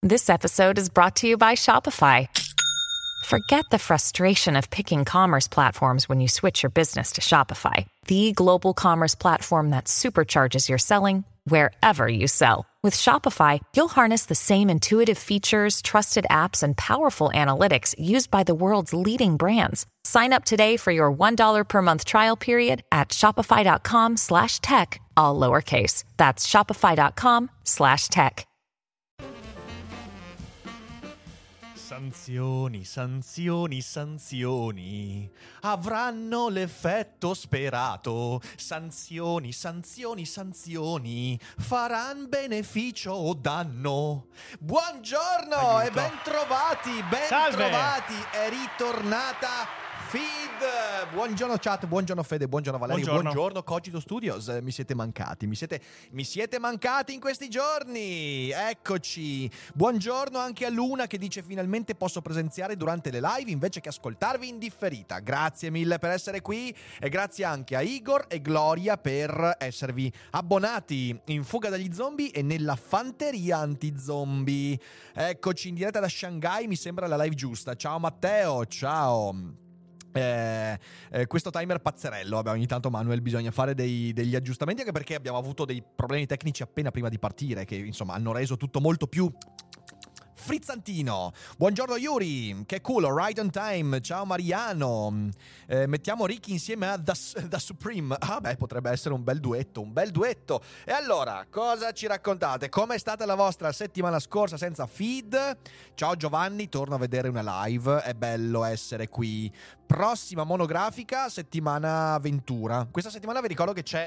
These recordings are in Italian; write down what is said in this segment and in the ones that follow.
This episode is brought to you by Shopify. Forget the frustration of picking commerce platforms when you switch your business to Shopify, the global commerce platform that supercharges your selling wherever you sell. With Shopify, you'll harness the same intuitive features, trusted apps, and powerful analytics used by the world's leading brands. Sign up today for your $1 per month trial period at shopify.com/tech, all lowercase. That's shopify.com/tech. Sanzioni, sanzioni, sanzioni avranno l'effetto sperato. Sanzioni, sanzioni, sanzioni faranno beneficio o danno. Buongiorno. Aiuto. E bentrovati, bentrovati. È ritornata Feed. Buongiorno chat, buongiorno Fede, buongiorno Valerio, buongiorno Cogito Studios. Mi siete mancati, mi siete mancati in questi giorni. Eccoci. Buongiorno anche a Luna che dice: finalmente posso presenziare durante le live invece che ascoltarvi in differita. Grazie mille per essere qui e grazie anche a Igor e Gloria per esservi abbonati in Fuga dagli zombie e nella fanteria anti-zombie. Eccoci in diretta da Shanghai, mi sembra la live giusta. Ciao Matteo, ciao. Questo timer pazzerello. Vabbè, ogni tanto Manuel bisogna fare degli aggiustamenti, anche perché abbiamo avuto dei problemi tecnici appena prima di partire che insomma hanno reso tutto molto più frizzantino. Buongiorno Yuri, che culo, right on time. Ciao Mariano. Mettiamo Ricky insieme a The Supreme. Ah beh, potrebbe essere un bel duetto. E allora, cosa ci raccontate? Com'è stata la vostra settimana scorsa senza feed? Ciao Giovanni, torno a vedere una live. È bello essere qui. Prossima monografica, settimana avventura. Questa settimana vi ricordo che c'è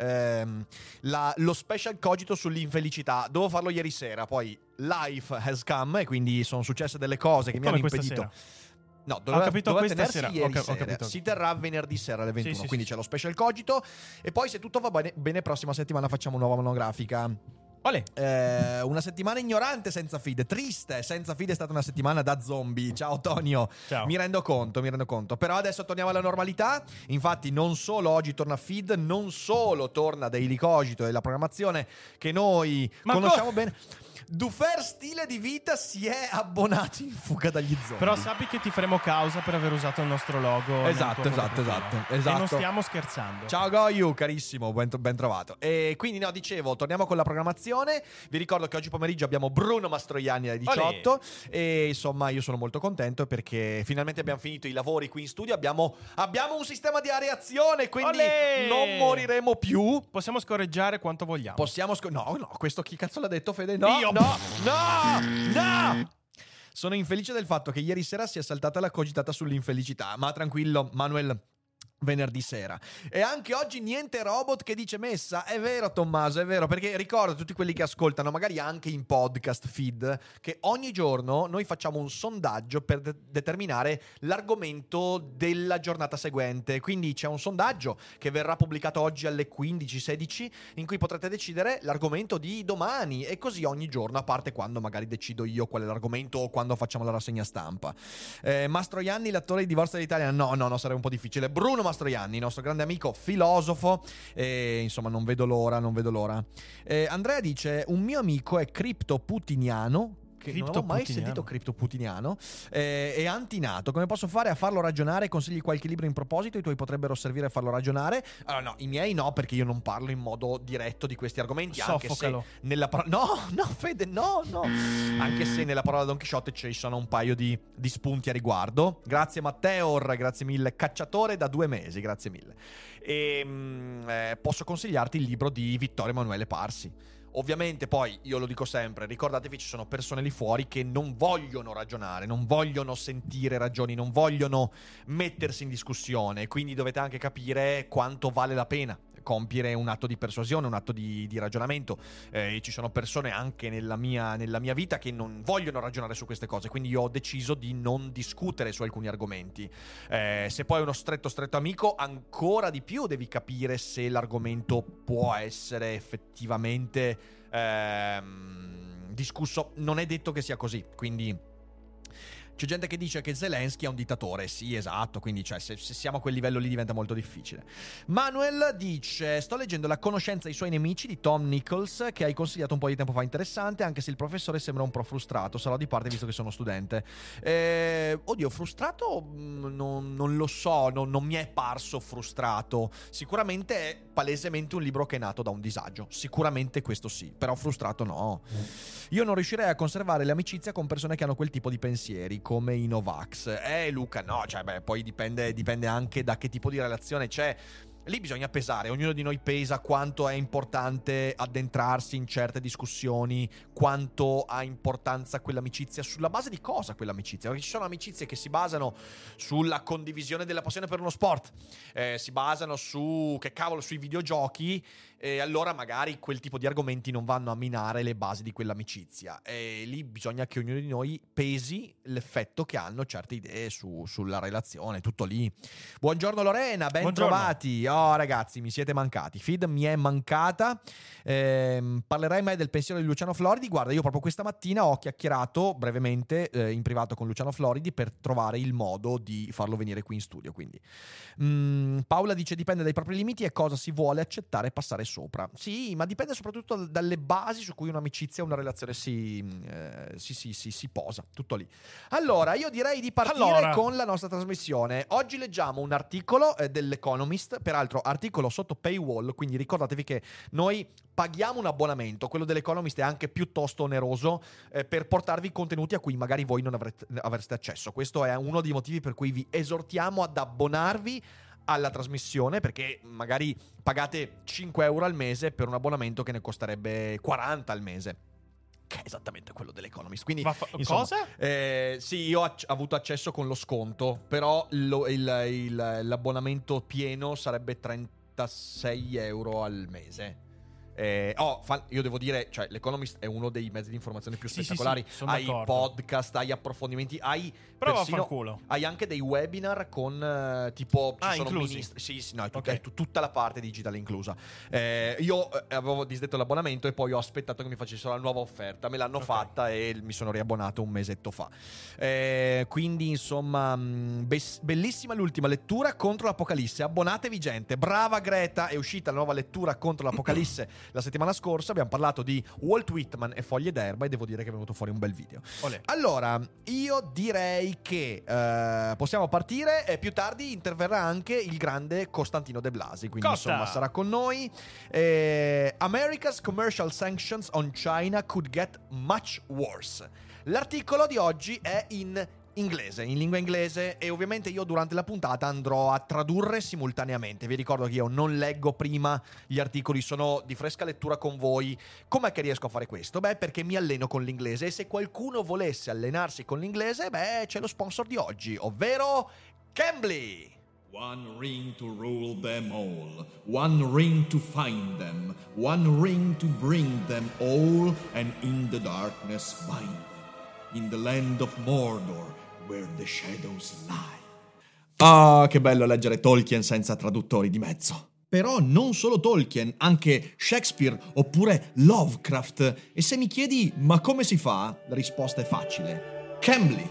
lo special Cogito sull'infelicità. Dovevo farlo ieri sera, poi life has come e quindi sono successe delle cose che mi hanno impedito. Sera? No, doveva questa tenersi sera. ieri Ho sera. capito. Si terrà venerdì sera alle 21, Sì, quindi sì. c'è lo special Cogito e poi se tutto va bene prossima settimana facciamo nuova monografica. Olè. Una settimana ignorante senza feed, triste, senza feed è stata una settimana da zombie. Ciao Tonio. Ciao. Mi rendo conto. Però adesso torniamo alla normalità. Infatti non solo oggi torna feed, non solo torna Daily Cogito e la programmazione che noi conosciamo bene. Dufer Stile di Vita si è abbonato in Fuga dagli zombie. Però sappi che ti faremo causa per aver usato il nostro logo. Esatto. E non stiamo scherzando. Ciao Goyu, carissimo, ben trovato. E quindi no, dicevo, torniamo con la programmazione. Vi ricordo che oggi pomeriggio abbiamo Bruno Mastroianni alle 18. Olè. E insomma io sono molto contento perché finalmente abbiamo finito i lavori qui in studio. Abbiamo un sistema di areazione, quindi Olè. non moriremo più. Possiamo scorreggiare quanto vogliamo. No, questo chi cazzo l'ha detto, Fede? No, Io. no. Sono infelice del fatto che ieri sera sia saltata la cogitata sull'infelicità. Ma tranquillo, Manuel, venerdì sera. E anche oggi niente robot che dice messa. È vero Tommaso, è vero, perché ricordo a tutti quelli che ascoltano, magari anche in podcast feed, che ogni giorno noi facciamo un sondaggio per determinare l'argomento della giornata seguente. Quindi c'è un sondaggio che verrà pubblicato oggi alle 15-16 in cui potrete decidere l'argomento di domani, e così ogni giorno, a parte quando magari decido io qual è l'argomento o quando facciamo la rassegna stampa. Mastroianni, l'attore di Divorzio d'Italia? No, sarebbe un po' difficile. Bruno Mastroianni, nostro grande amico filosofo, insomma non vedo l'ora. Andrea dice: un mio amico è criptoputiniano, che non ho mai sentito criptoputiniano, è antinato. Come posso fare a farlo ragionare? Consigli qualche libro in proposito? I tuoi potrebbero servire a farlo ragionare? Allora no, i miei no, perché io non parlo in modo diretto di questi argomenti. Soffocalo. Anche se nella Fede, no. Anche se nella parola Don Chisciotte ci sono un paio di spunti a riguardo. Grazie Matteo, grazie mille. Cacciatore da 2 mesi, grazie mille. E posso consigliarti il libro di Vittorio Emanuele Parsi. Ovviamente poi, io lo dico sempre, ricordatevi, ci sono persone lì fuori che non vogliono ragionare, non vogliono sentire ragioni, non vogliono mettersi in discussione, quindi dovete anche capire quanto vale la pena compiere un atto di persuasione, un atto di ragionamento. Ci sono persone anche nella mia vita che non vogliono ragionare su queste cose, quindi io ho deciso di non discutere su alcuni argomenti. Se poi è uno stretto amico, ancora di più devi capire se l'argomento può essere effettivamente discusso. Non è detto che sia così, quindi C'è gente che dice che Zelensky è un dittatore. Sì, esatto, quindi cioè, se siamo a quel livello lì diventa molto difficile. Manuel dice: sto leggendo La conoscenza dei suoi nemici di Tom Nichols, che hai consigliato un po' di tempo fa. Interessante, anche se il professore sembra un po' frustrato. Sarò di parte visto che sono studente. Oddio, frustrato? Non lo so, non mi è parso frustrato. Sicuramente è palesemente un libro che è nato da un disagio. Sicuramente questo sì, però frustrato no. Io non riuscirei a conservare l'amicizia con persone che hanno quel tipo di pensieri, come i Novax. Luca, no, cioè, poi dipende anche da che tipo di relazione c'è. Lì bisogna pesare, ognuno di noi pesa quanto è importante addentrarsi in certe discussioni, quanto ha importanza quell'amicizia, sulla base di cosa quell'amicizia, perché ci sono amicizie che si basano sulla condivisione della passione per uno sport, si basano sui videogiochi, e allora magari quel tipo di argomenti non vanno a minare le basi di quell'amicizia, e lì bisogna che ognuno di noi pesi l'effetto che hanno certe idee sulla relazione, tutto lì. Buongiorno Lorena, ben trovati. Oh ragazzi, mi siete mancati. Feed mi è mancata. Parlerai mai del pensiero di Luciano Floridi? Guarda, io proprio questa mattina ho chiacchierato brevemente in privato con Luciano Floridi per trovare il modo di farlo venire qui in studio. Quindi Paola dice: dipende dai propri limiti e cosa si vuole accettare e passare sopra. Sì, ma dipende soprattutto dalle basi su cui un'amicizia, una relazione si posa. Tutto lì. Allora, io direi di partire con la nostra trasmissione. Oggi leggiamo un articolo dell'Economist, peraltro articolo sotto paywall, quindi ricordatevi che noi paghiamo un abbonamento, quello dell'Economist è anche piuttosto oneroso, per portarvi contenuti a cui magari voi non avreste accesso. Questo è uno dei motivi per cui vi esortiamo ad abbonarvi alla trasmissione, perché magari pagate 5 euro al mese per un abbonamento che ne costerebbe 40 al mese, che è esattamente quello dell'Economist. Quindi insomma, cosa? Sì, io ho avuto accesso con lo sconto, però l'abbonamento pieno sarebbe 36 euro al mese. Io devo dire, cioè, l'Economist è uno dei mezzi di informazione più spettacolari. Hai podcast, hai approfondimenti, hai anche dei webinar con tipo ci sono ministri. Sì, no, tutta la parte digitale inclusa. Io avevo disdetto l'abbonamento e poi ho aspettato che mi facessero la nuova offerta. Me l'hanno fatta e mi sono riabbonato un mesetto fa. Quindi insomma, bellissima l'ultima lettura contro l'Apocalisse. Abbonatevi, gente. Brava Greta, è uscita la nuova lettura contro l'Apocalisse la settimana scorsa. Abbiamo parlato di Walt Whitman e Foglie d'erba e devo dire che è venuto fuori un bel video. Olè. Allora, io direi che possiamo partire, e più tardi interverrà anche il grande Costantino De Blasi, quindi insomma sarà con noi. America's commercial sanctions on China could get much worse. L'articolo di oggi è in lingua inglese, e ovviamente io durante la puntata andrò a tradurre simultaneamente. Vi ricordo che io non leggo prima gli articoli, sono di fresca lettura con voi. Com'è che riesco a fare questo? Perché mi alleno con l'inglese, e se qualcuno volesse allenarsi con l'inglese, c'è lo sponsor di oggi, ovvero Cambly. One ring to rule them all, one ring to find them, one ring to bring them all, and in the darkness bind them, in the land of Mordor, where the shadows lie. Ah, che bello leggere Tolkien senza traduttori di mezzo. Però non solo Tolkien, anche Shakespeare oppure Lovecraft. E se mi chiedi ma come si fa? La risposta è facile. Cambly.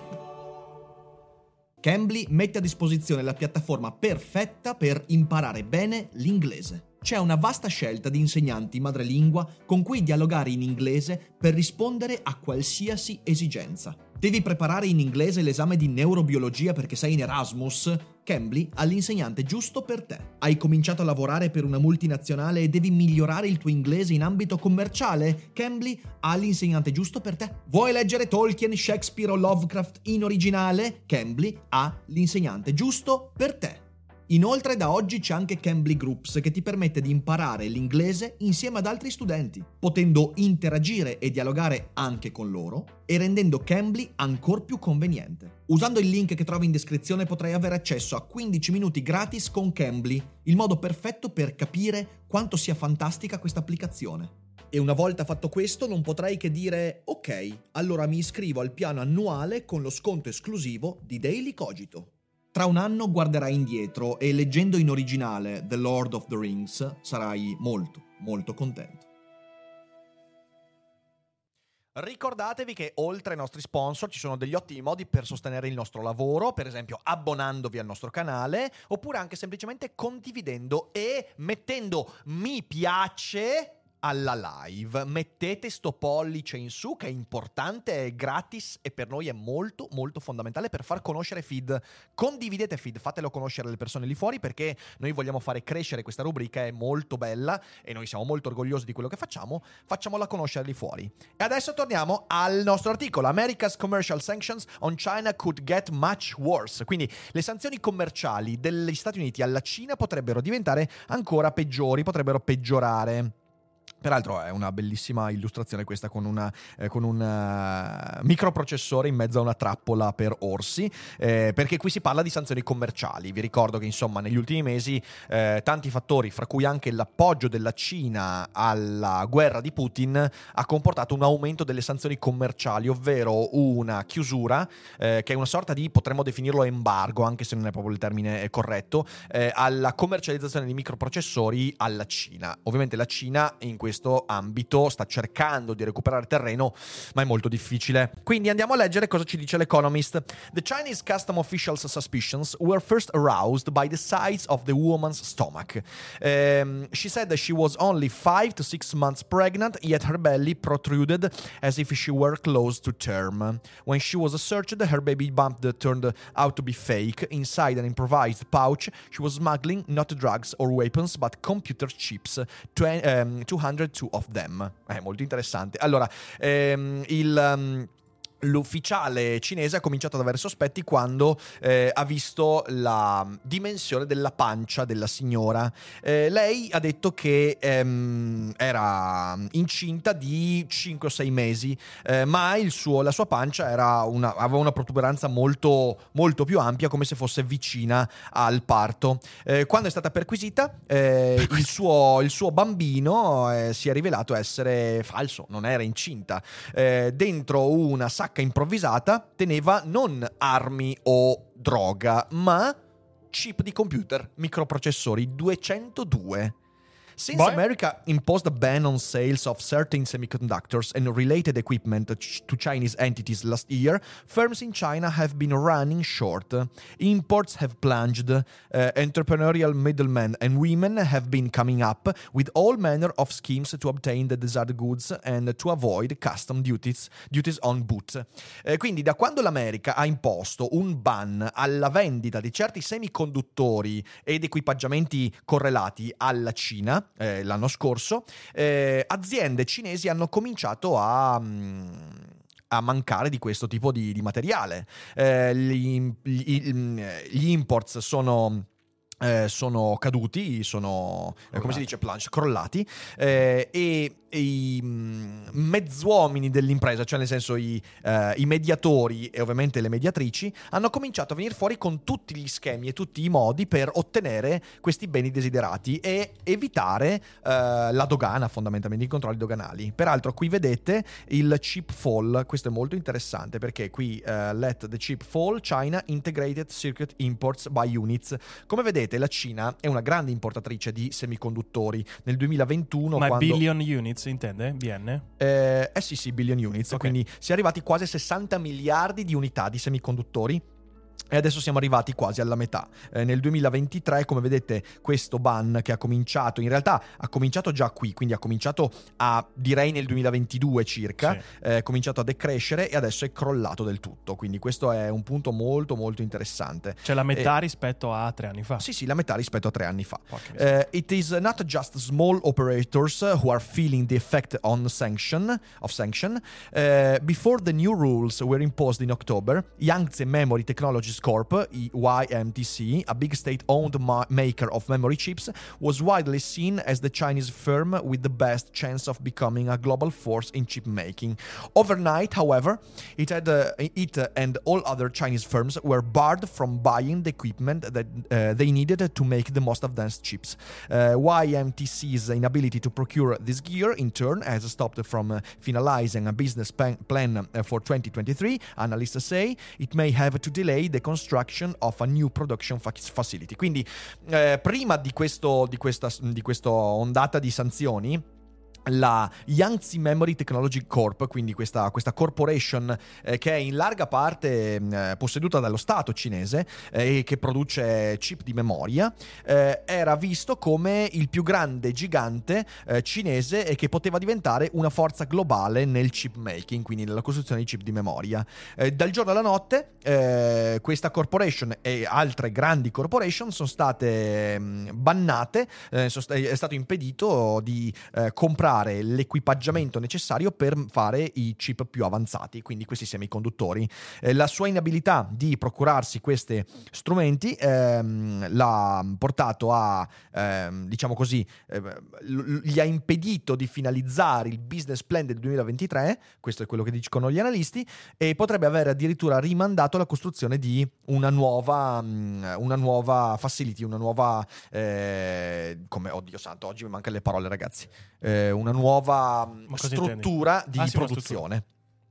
Cambly mette a disposizione la piattaforma perfetta per imparare bene l'inglese. C'è una vasta scelta di insegnanti madrelingua con cui dialogare in inglese per rispondere a qualsiasi esigenza. Devi preparare in inglese l'esame di neurobiologia perché sei in Erasmus? Cambly ha l'insegnante giusto per te. Hai cominciato a lavorare per una multinazionale e devi migliorare il tuo inglese in ambito commerciale? Cambly ha l'insegnante giusto per te. Vuoi leggere Tolkien, Shakespeare o Lovecraft in originale? Cambly ha l'insegnante giusto per te. Inoltre da oggi c'è anche Cambly Groups, che ti permette di imparare l'inglese insieme ad altri studenti, potendo interagire e dialogare anche con loro e rendendo Cambly ancora più conveniente. Usando il link che trovi in descrizione potrai avere accesso a 15 minuti gratis con Cambly, il modo perfetto per capire quanto sia fantastica questa applicazione. E una volta fatto questo non potrai che dire ok, allora mi iscrivo al piano annuale con lo sconto esclusivo di Daily Cogito. Tra un anno guarderai indietro e leggendo in originale The Lord of the Rings sarai molto, molto contento. Ricordatevi che oltre ai nostri sponsor ci sono degli ottimi modi per sostenere il nostro lavoro, per esempio abbonandovi al nostro canale, oppure anche semplicemente condividendo e mettendo mi piace alla live. Mettete sto pollice in su, che è importante, è gratis e per noi è molto molto fondamentale per far conoscere Feed. Condividete Feed, fatelo conoscere alle persone lì fuori, perché noi vogliamo fare crescere questa rubrica, è molto bella e noi siamo molto orgogliosi di quello che facciamo. Facciamola conoscere lì fuori. E adesso torniamo al nostro articolo. America's commercial sanctions on China could get much worse. Quindi le sanzioni commerciali degli Stati Uniti alla Cina potrebbero diventare ancora peggiori, potrebbero peggiorare. Peraltro è una bellissima illustrazione questa con un microprocessore in mezzo a una trappola per orsi, perché qui si parla di sanzioni commerciali. Vi ricordo che insomma negli ultimi mesi tanti fattori, fra cui anche l'appoggio della Cina alla guerra di Putin, ha comportato un aumento delle sanzioni commerciali, ovvero una chiusura, che è una sorta di, potremmo definirlo embargo, anche se non è proprio il termine corretto, alla commercializzazione di microprocessori alla Cina. Ovviamente la Cina in questo ambito sta cercando di recuperare terreno, ma è molto difficile. Quindi andiamo a leggere cosa ci dice l'Economist. The Chinese custom officials' suspicions were first aroused by the size of the woman's stomach. She said that she was only 5 to 6 months pregnant, yet her belly protruded as if she were close to term. When she was searched, her baby bump turned out to be fake. Inside an improvised pouch, she was smuggling not drugs or weapons, but computer chips. 202 of them. È molto interessante. Allora, l'ufficiale cinese ha cominciato ad avere sospetti quando ha visto la dimensione della pancia della signora. Lei ha detto che era incinta di 5 o 6 mesi, ma la sua pancia aveva una protuberanza molto, molto più ampia, come se fosse vicina al parto. Quando è stata perquisita, il suo bambino si è rivelato essere falso, non era incinta. Dentro una sacca improvvisata teneva non armi o droga, ma chip di computer, microprocessori 202. Since America imposed a ban on sales of certain semiconductors and related equipment to Chinese entities last year, firms in China have been running short. Imports have plunged. Entrepreneurial middlemen and women have been coming up with all manner of schemes to obtain the desired goods and to avoid custom duties on boot. Quindi da quando l'America ha imposto un ban alla vendita di certi semiconduttori ed equipaggiamenti correlati alla Cina, l'anno scorso, aziende cinesi hanno cominciato a mancare di questo tipo di materiale. Gli imports sono caduti, come si dice, plunge, crollati, e i mezzuomini dell'impresa, cioè nel senso i mediatori e ovviamente le mediatrici, hanno cominciato a venire fuori con tutti gli schemi e tutti i modi per ottenere questi beni desiderati e evitare la dogana, fondamentalmente i controlli doganali. Peraltro qui vedete il chip fall. Questo è molto interessante perché qui let the chip fall, China integrated circuit imports by units. Come vedete la Cina è una grande importatrice di semiconduttori. Nel 2021, ma billion units intende? BN? Sì, billion units, okay. Quindi si è arrivati quasi a 60 miliardi di unità di semiconduttori. E adesso siamo arrivati quasi alla metà. Nel 2023, come vedete, questo ban che ha cominciato, in realtà ha cominciato già qui, quindi ha cominciato direi nel 2022 circa, sì. È cominciato a decrescere e adesso è crollato del tutto. Quindi questo è un punto molto molto interessante. Cioè la metà rispetto a 3 anni fa. Sì, la metà rispetto a 3 anni fa. It is not just small operators who are feeling the effect of sanction. Before the new rules were imposed in October, Yangtze Memory Technologies Corp, YMTC, a big state-owned maker of memory chips, was widely seen as the Chinese firm with the best chance of becoming a global force in chip making. Overnight, however, it and all other Chinese firms were barred from buying the equipment that they needed to make the most advanced chips. YMTC's inability to procure this gear, in turn, has stopped from finalizing a business plan for 2023. Analysts say it may have to delay the construction of a new production facility. Quindi prima di questa ondata di sanzioni, la Yangtze Memory Technology Corp, quindi questa corporation che è in larga parte posseduta dallo Stato cinese e che produce chip di memoria, era visto come il più grande gigante cinese e che poteva diventare una forza globale nel chip making, quindi nella costruzione di chip di memoria. Dal giorno alla notte questa corporation e altre grandi corporation sono state bannate, è stato impedito di comprare l'equipaggiamento necessario per fare i chip più avanzati, quindi questi semiconduttori. La sua inabilità di procurarsi questi strumenti l'ha portato a, diciamo così, gli ha impedito di finalizzare il business plan del 2023, questo è quello che dicono gli analisti, e potrebbe aver addirittura rimandato la costruzione di una nuova facility, una nuova come, oddio santo, oggi mi mancano le parole, ragazzi, una nuova struttura di produzione.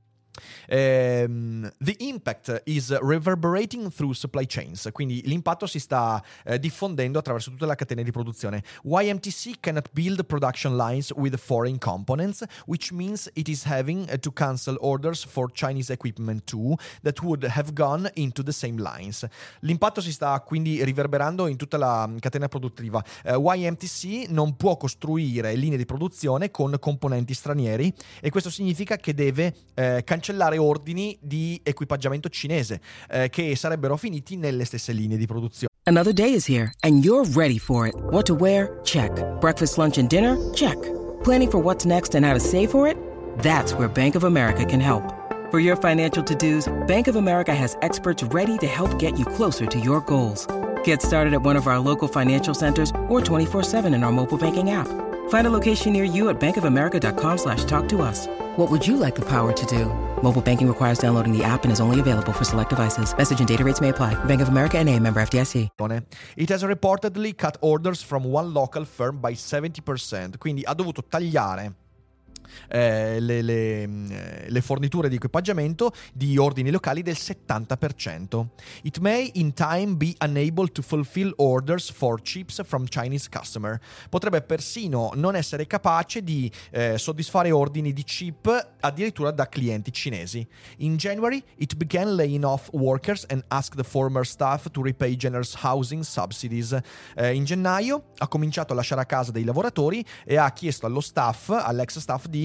The impact is reverberating through supply chains, quindi l'impatto si sta diffondendo attraverso tutta la catena di produzione. YMTC cannot build production lines with foreign components, which means it is having to cancel orders for Chinese equipment too that would have gone into the same lines. L'impatto si sta quindi riverberando in tutta la catena produttiva. YMTC non può costruire linee di produzione con componenti stranieri e questo significa che deve cancellare ordini di equipaggiamento cinese che sarebbero finiti nelle stesse linee di produzione. Another day is here and you're ready for it. What to wear? Check. Breakfast, lunch and dinner? Check. Planning for what's next and how to save for it? That's where Bank of America can help. For your financial to-dos, Bank of America has experts ready to help get you closer to your goals. Get started at one of our local financial centers or 24/7 in our mobile banking app. Find a location near you at bankofamerica.com/talktous. What would you like the power to do? Mobile banking requires downloading the app and is only available for select devices. Message and data rates may apply. Bank of America N.A., member FDIC. It has reportedly cut orders from one local firm by 70%, quindi ha dovuto tagliare le forniture di equipaggiamento di ordini locali del 70%. It may in time be unable to fulfill orders for chips from Chinese customer. Potrebbe persino non essere capace di soddisfare ordini di chip addirittura da clienti cinesi. In January it began laying off workers and asked the former staff to repay generous housing subsidies. In gennaio ha cominciato a lasciare a casa dei lavoratori e ha chiesto all'ex staff di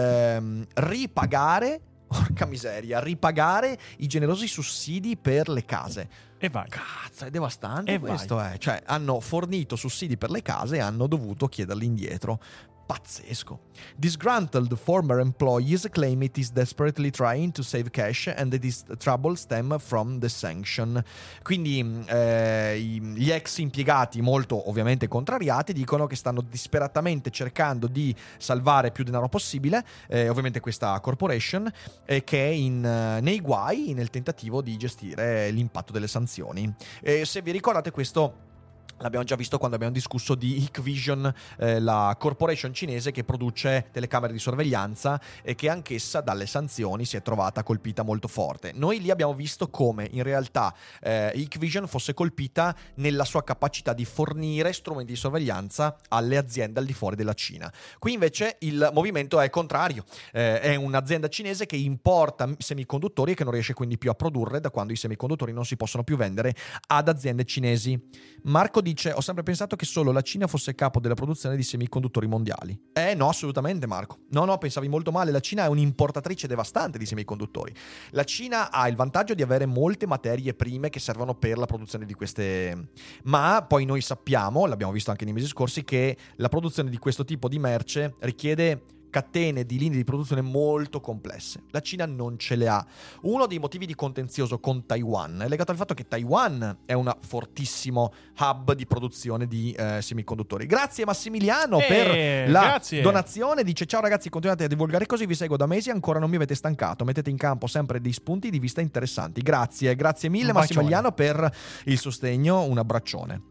ripagare, porca miseria, ripagare i generosi sussidi per le case. E vai. Cazzo, è devastante questo, Cioè, hanno fornito sussidi per le case e hanno dovuto chiederli indietro. Pazzesco. Disgruntled former employees claim it is desperately trying to save cash and that this trouble stem from the sanction. Quindi gli ex impiegati, molto ovviamente contrariati, dicono che stanno disperatamente cercando di salvare più denaro possibile, ovviamente questa corporation, che è nei guai nel tentativo di gestire l'impatto delle sanzioni. Se vi ricordate, questo l'abbiamo già visto quando abbiamo discusso di Hikvision, la corporation cinese che produce telecamere di sorveglianza e che anch'essa dalle sanzioni si è trovata colpita molto forte. Noi lì abbiamo visto come in realtà Hikvision fosse colpita nella sua capacità di fornire strumenti di sorveglianza alle aziende al di fuori della Cina. Qui invece il movimento è contrario, è un'azienda cinese che importa semiconduttori e che non riesce quindi più a produrre da quando i semiconduttori non si possono più vendere ad aziende cinesi. Marco dice: ho sempre pensato che solo la Cina fosse capo della produzione di semiconduttori mondiali. No, assolutamente, Marco. No, pensavi molto male. La Cina è un'importatrice devastante di semiconduttori. La Cina ha il vantaggio di avere molte materie prime che servono per la produzione di queste, ma poi noi sappiamo, l'abbiamo visto anche nei mesi scorsi, che la produzione di questo tipo di merce richiede catene di linee di produzione molto complesse. La Cina non ce le ha. Uno dei motivi di contenzioso con Taiwan è legato al fatto che Taiwan è un fortissimo hub di produzione di semiconduttori. Grazie Massimiliano per la donazione. Dice: ciao ragazzi, continuate a divulgare così, vi seguo da mesi e ancora non mi avete stancato, mettete in campo sempre dei spunti di vista interessanti. Grazie mille Massimiliano per il sostegno, un abbraccione.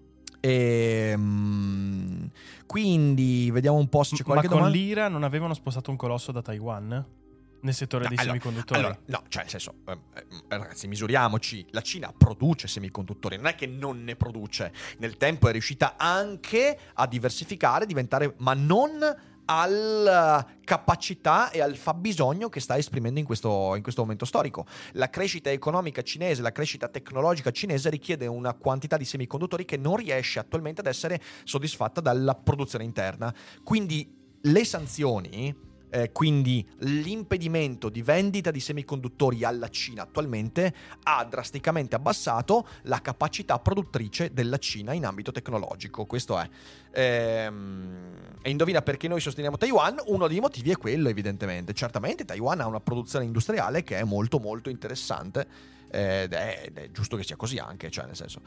Quindi vediamo un po' se c'è qualche domanda. Ma con l'IRA non avevano spostato un colosso da Taiwan nel settore dei semiconduttori? No, cioè nel senso, ragazzi, misuriamoci. La Cina produce semiconduttori, non è che non ne produce. Nel tempo è riuscita anche a diversificare, diventare, ma non alla capacità e al fabbisogno che sta esprimendo in questo momento storico. La crescita economica cinese, la crescita tecnologica cinese richiede una quantità di semiconduttori che non riesce attualmente ad essere soddisfatta dalla produzione interna. Quindi le sanzioni, quindi l'impedimento di vendita di semiconduttori alla Cina attualmente ha drasticamente abbassato la capacità produttrice della Cina in ambito tecnologico. Questo è. E indovina perché noi sosteniamo Taiwan? Uno dei motivi è quello, evidentemente. Certamente Taiwan ha una produzione industriale che è molto molto interessante. Ed è giusto che sia così anche, cioè nel senso,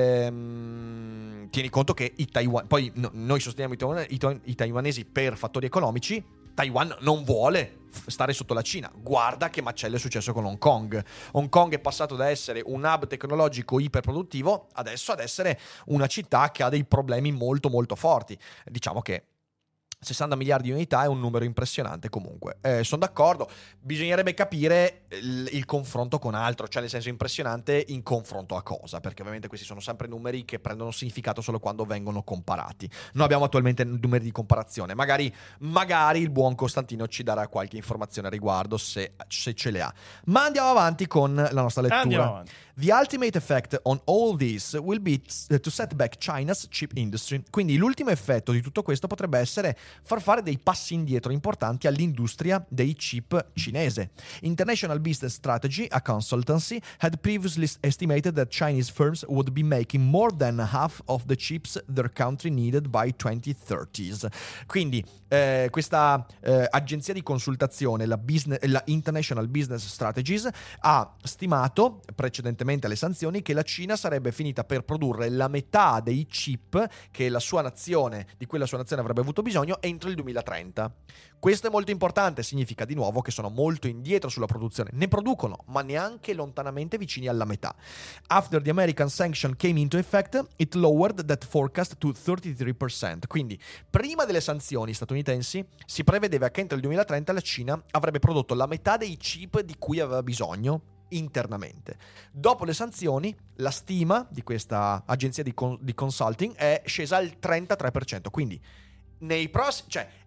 tieni conto che poi noi sosteniamo i taiwanesi per fattori economici. Taiwan non vuole stare sotto la Cina. Guarda che macello è successo con Hong Kong. Hong Kong è passato da essere un hub tecnologico iperproduttivo adesso ad essere una città che ha dei problemi molto molto forti. Diciamo che 60 miliardi di unità è un numero impressionante comunque. Sono d'accordo, bisognerebbe capire il confronto con altro, cioè nel senso impressionante in confronto a cosa, perché ovviamente questi sono sempre numeri che prendono significato solo quando vengono comparati. Noi abbiamo attualmente numeri di comparazione, magari il buon Costantino ci darà qualche informazione a riguardo se ce le ha. Ma andiamo avanti con la nostra lettura. The ultimate effect on all this will be to set back China's chip industry. Quindi l'ultimo effetto di tutto questo potrebbe essere far fare dei passi indietro importanti all'industria dei chip cinese. International Business Strategy, a consultancy, had previously estimated that Chinese firms would be making more than half of the chips their country needed by 2030s. Quindi questa agenzia di consultazione, la International Business Strategies, ha stimato precedentemente alle sanzioni che la Cina sarebbe finita per produrre la metà dei chip di cui la sua nazione avrebbe avuto bisogno entro il 2030. Questo è molto importante, significa di nuovo che sono molto indietro sulla produzione. Ne producono, ma neanche lontanamente vicini alla metà. After the American sanction came into effect, it lowered that forecast to 33%. Quindi, prima delle sanzioni statunitensi, si prevedeva che entro il 2030 la Cina avrebbe prodotto la metà dei chip di cui aveva bisogno internamente. Dopo le sanzioni, la stima di questa agenzia di consulting è scesa al 33%. Quindi nei prossimi,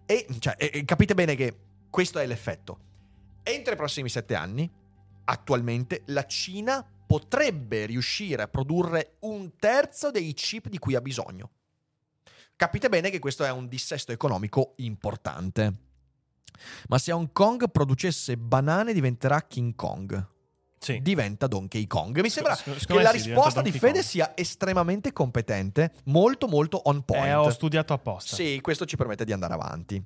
capite bene che questo è l'effetto. Entro i prossimi 7 anni, attualmente la Cina potrebbe riuscire a produrre un terzo dei chip di cui ha bisogno. Capite bene che questo è un dissesto economico importante. Ma se Hong Kong producesse banane diventerà King Kong. Sì. Diventa Donkey Kong. Mi sembra che la risposta di Fede sia estremamente competente, molto molto on point. Ho studiato apposta. Sì, questo ci permette di andare avanti.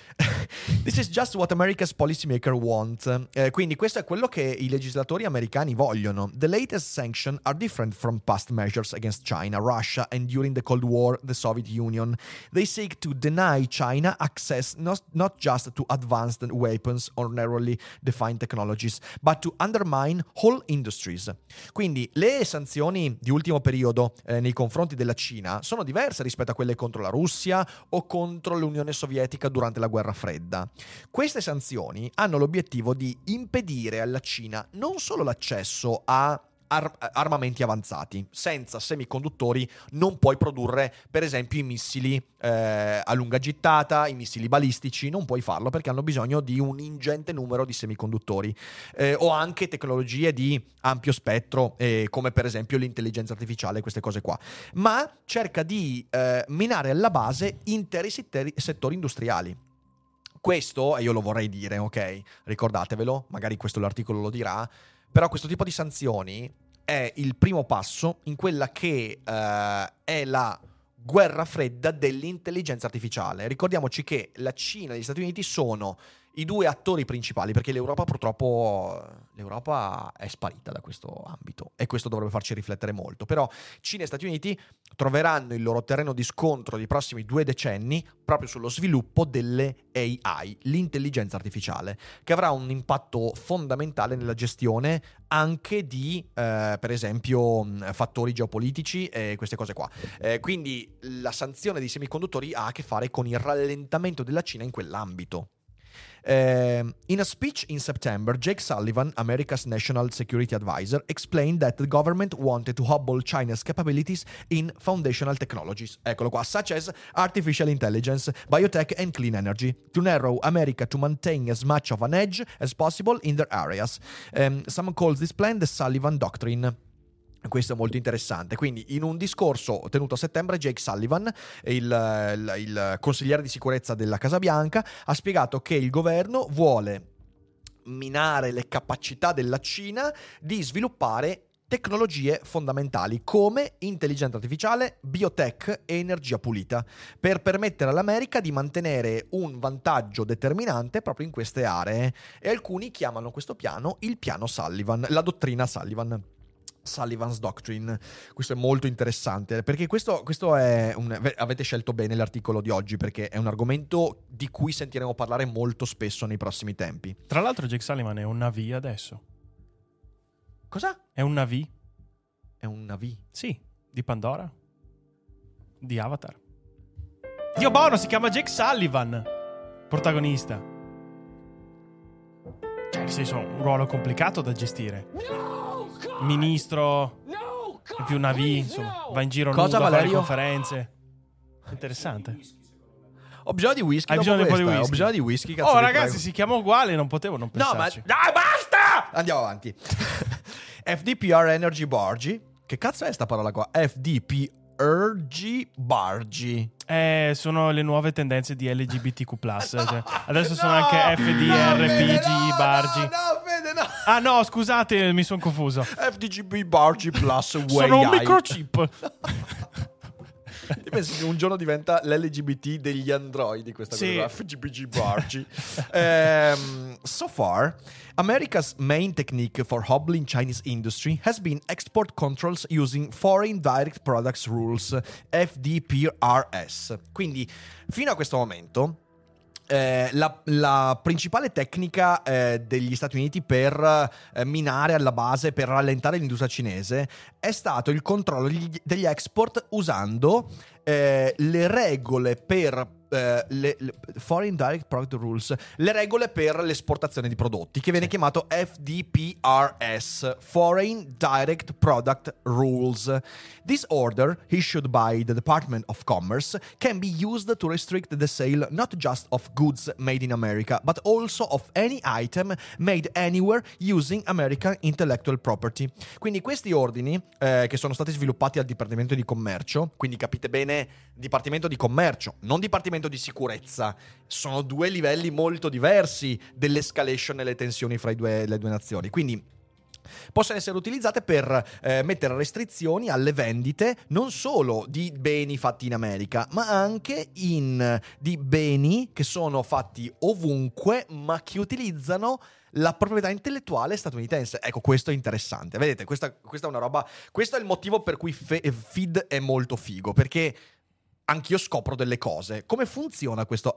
This is just what America's policymaker want. Quindi questo è quello che i legislatori americani vogliono. The latest sanctions are different from past measures against China, Russia, and during the Cold War, the Soviet Union. They seek to deny China access not just to advanced weapons or narrowly defined technologies, but to undermine whole industries. Quindi le sanzioni di ultimo periodo nei confronti della Cina sono diverse rispetto a quelle contro la Russia o contro l'Unione Sovietica durante la guerra fredda. Queste sanzioni hanno l'obiettivo di impedire alla Cina non solo l'accesso a armamenti avanzati. Senza semiconduttori non puoi produrre, per esempio, i missili a lunga gittata, i missili balistici, non puoi farlo perché hanno bisogno di un ingente numero di semiconduttori, o anche tecnologie di ampio spettro, come per esempio l'intelligenza artificiale, queste cose qua. Ma cerca di minare alla base interi settori industriali. Questo, e io lo vorrei dire, ok? Ricordatevelo, magari questo l'articolo lo dirà, però questo tipo di sanzioni è il primo passo in quella che è la guerra fredda dell'intelligenza artificiale. Ricordiamoci che la Cina e gli Stati Uniti sono i due attori principali, perché l'Europa è sparita da questo ambito e questo dovrebbe farci riflettere molto. Però Cina e Stati Uniti troveranno il loro terreno di scontro nei prossimi 2 decenni proprio sullo sviluppo delle AI, l'intelligenza artificiale, che avrà un impatto fondamentale nella gestione anche di, per esempio, fattori geopolitici e queste cose qua. Quindi la sanzione dei semiconduttori ha a che fare con il rallentamento della Cina in quell'ambito. In a speech in September, Jake Sullivan, America's National Security Advisor, explained that the government wanted to hobble China's capabilities in foundational technologies, eccolo qua, such as artificial intelligence, biotech and clean energy, to narrow America to maintain as much of an edge as possible in their areas. Some calls this plan the Sullivan Doctrine. Questo è molto interessante. Quindi in un discorso tenuto a settembre, Jake Sullivan, il consigliere di sicurezza della Casa Bianca, ha spiegato che il governo vuole minare le capacità della Cina di sviluppare tecnologie fondamentali come intelligenza artificiale, biotech e energia pulita, per permettere all'America di mantenere un vantaggio determinante proprio in queste aree. E alcuni chiamano questo piano il piano Sullivan, la dottrina Sullivan. Sullivan's Doctrine. Questo è molto interessante perché questo è avete scelto bene l'articolo di oggi, perché è un argomento di cui sentiremo parlare molto spesso nei prossimi tempi. Tra l'altro Jake Sullivan è un Navi adesso. Cosa? È un Navi? È un Navi? Sì, di Pandora, di Avatar. Dio buono, si chiama Jake Sullivan, protagonista. Cioè, nel senso, un ruolo complicato da gestire. Ministro, è più Navi, insomma, va in giro nudo a fare conferenze. Interessante. Ho bisogno di whisky. Hai bisogno di un po' di whisky? Ho bisogno di whisky, cazzo. Oh ragazzi, si chiama uguale, non potevo non pensarci. No, ma dai, basta! Andiamo avanti. FDPR Energy Bargy. Che cazzo è sta parola qua? FDPR Bargy. Sono le nuove tendenze di LGBTQ+. Cioè, adesso sono anche FDRPG Bargy. No, Fede, no. Ah no, scusate, mi sono confuso. FDGB Bargy Plus. Sono un microchip. Io penso che un giorno diventa l'LGBT degli androidi questa cosa, FGBG Bargy. So far, America's main technique for hobbling Chinese industry has been export controls using Foreign Direct Products Rules, FDPRS. Quindi, fino a questo momento, la principale tecnica degli Stati Uniti per minare alla base, per rallentare l'industria cinese, è stato il controllo degli export usando le regole per le Foreign Direct Product Rules, le regole per l'esportazione di prodotti, che viene chiamato FDPRS, Foreign Direct Product Rules. This order, issued by the Department of Commerce, can be used to restrict the sale not just of goods made in America, but also of any item made anywhere using American intellectual property. Quindi questi ordini, che sono stati sviluppati al Dipartimento di Commercio, quindi capite bene, Dipartimento di Commercio, non Dipartimento di Sicurezza, sono due livelli molto diversi dell'escalation e le tensioni fra le due nazioni. Quindi possono essere utilizzate per mettere restrizioni alle vendite non solo di beni fatti in America, ma anche di beni che sono fatti ovunque, ma che utilizzano la proprietà intellettuale statunitense. Ecco, questo è interessante. Vedete, questa è una roba. Questo è il motivo per cui FID è molto figo, perché anch'io scopro delle cose. Come funziona questo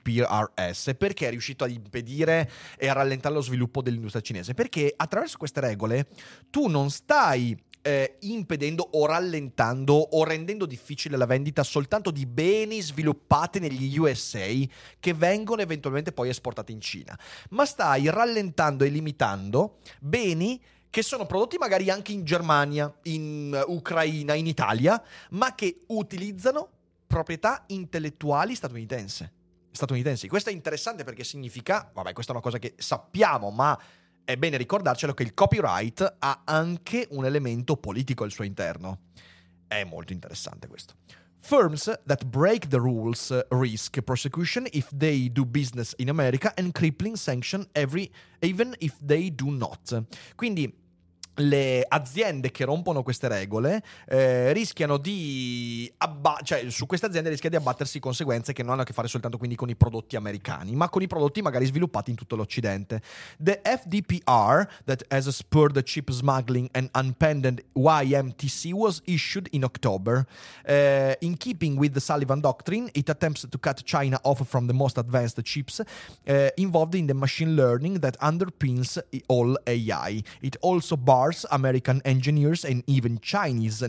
FDPRS? Perché è riuscito a impedire e a rallentare lo sviluppo dell'industria cinese? Perché attraverso queste regole tu non stai impedendo o rallentando o rendendo difficile la vendita soltanto di beni sviluppati negli USA che vengono eventualmente poi esportati in Cina, ma stai rallentando e limitando beni che sono prodotti magari anche in Germania, in Ucraina, in Italia, ma che utilizzano proprietà intellettuali statunitensi. Questo è interessante perché significa, vabbè, questa è una cosa che sappiamo, ma è bene ricordarcelo, che il copyright ha anche un elemento politico al suo interno. È molto interessante questo. Firms that break the rules risk prosecution if they do business in America and crippling sanction even if they do not. Quindi le aziende che rompono queste regole rischiano di cioè su queste aziende rischia di abbattersi conseguenze che non hanno a che fare soltanto quindi con i prodotti americani, ma con i prodotti magari sviluppati in tutto l'Occidente. The FDPR that has spurred chip smuggling and unpended YMTC was issued in October. In keeping with the Sullivan Doctrine, it attempts to cut China off from the most advanced chips involved in the machine learning that underpins all AI. It also bars bars American engineers and even Chinese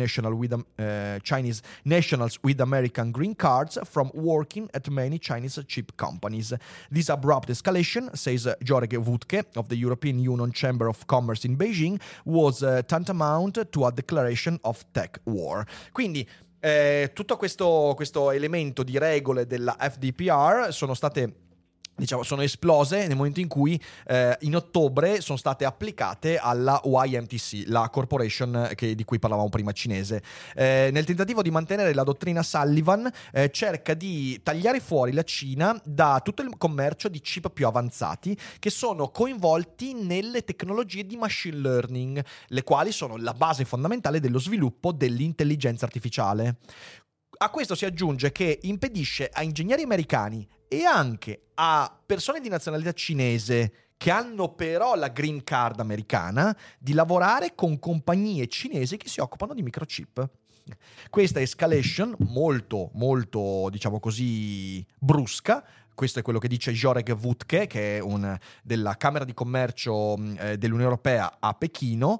nationals with American green cards from working at many Chinese chip companies. This abrupt escalation, says Jorge Wutke of the European Union Chamber of Commerce in Beijing, was tantamount to a declaration of tech war. Quindi tutto questo elemento di regole della FDPR sono esplose nel momento in cui in ottobre sono state applicate alla YMTC, la corporation di cui parlavamo prima, cinese. Nel tentativo di mantenere la dottrina Sullivan, cerca di tagliare fuori la Cina da tutto il commercio di chip più avanzati che sono coinvolti nelle tecnologie di machine learning, le quali sono la base fondamentale dello sviluppo dell'intelligenza artificiale. A questo si aggiunge che impedisce a ingegneri americani e anche a persone di nazionalità cinese che hanno però la green card americana di lavorare con compagnie cinesi che si occupano di microchip. Questa escalation molto, molto, diciamo così, brusca. Questo è quello che dice Jorge Wutke, che è della Camera di Commercio dell'Unione Europea a Pechino.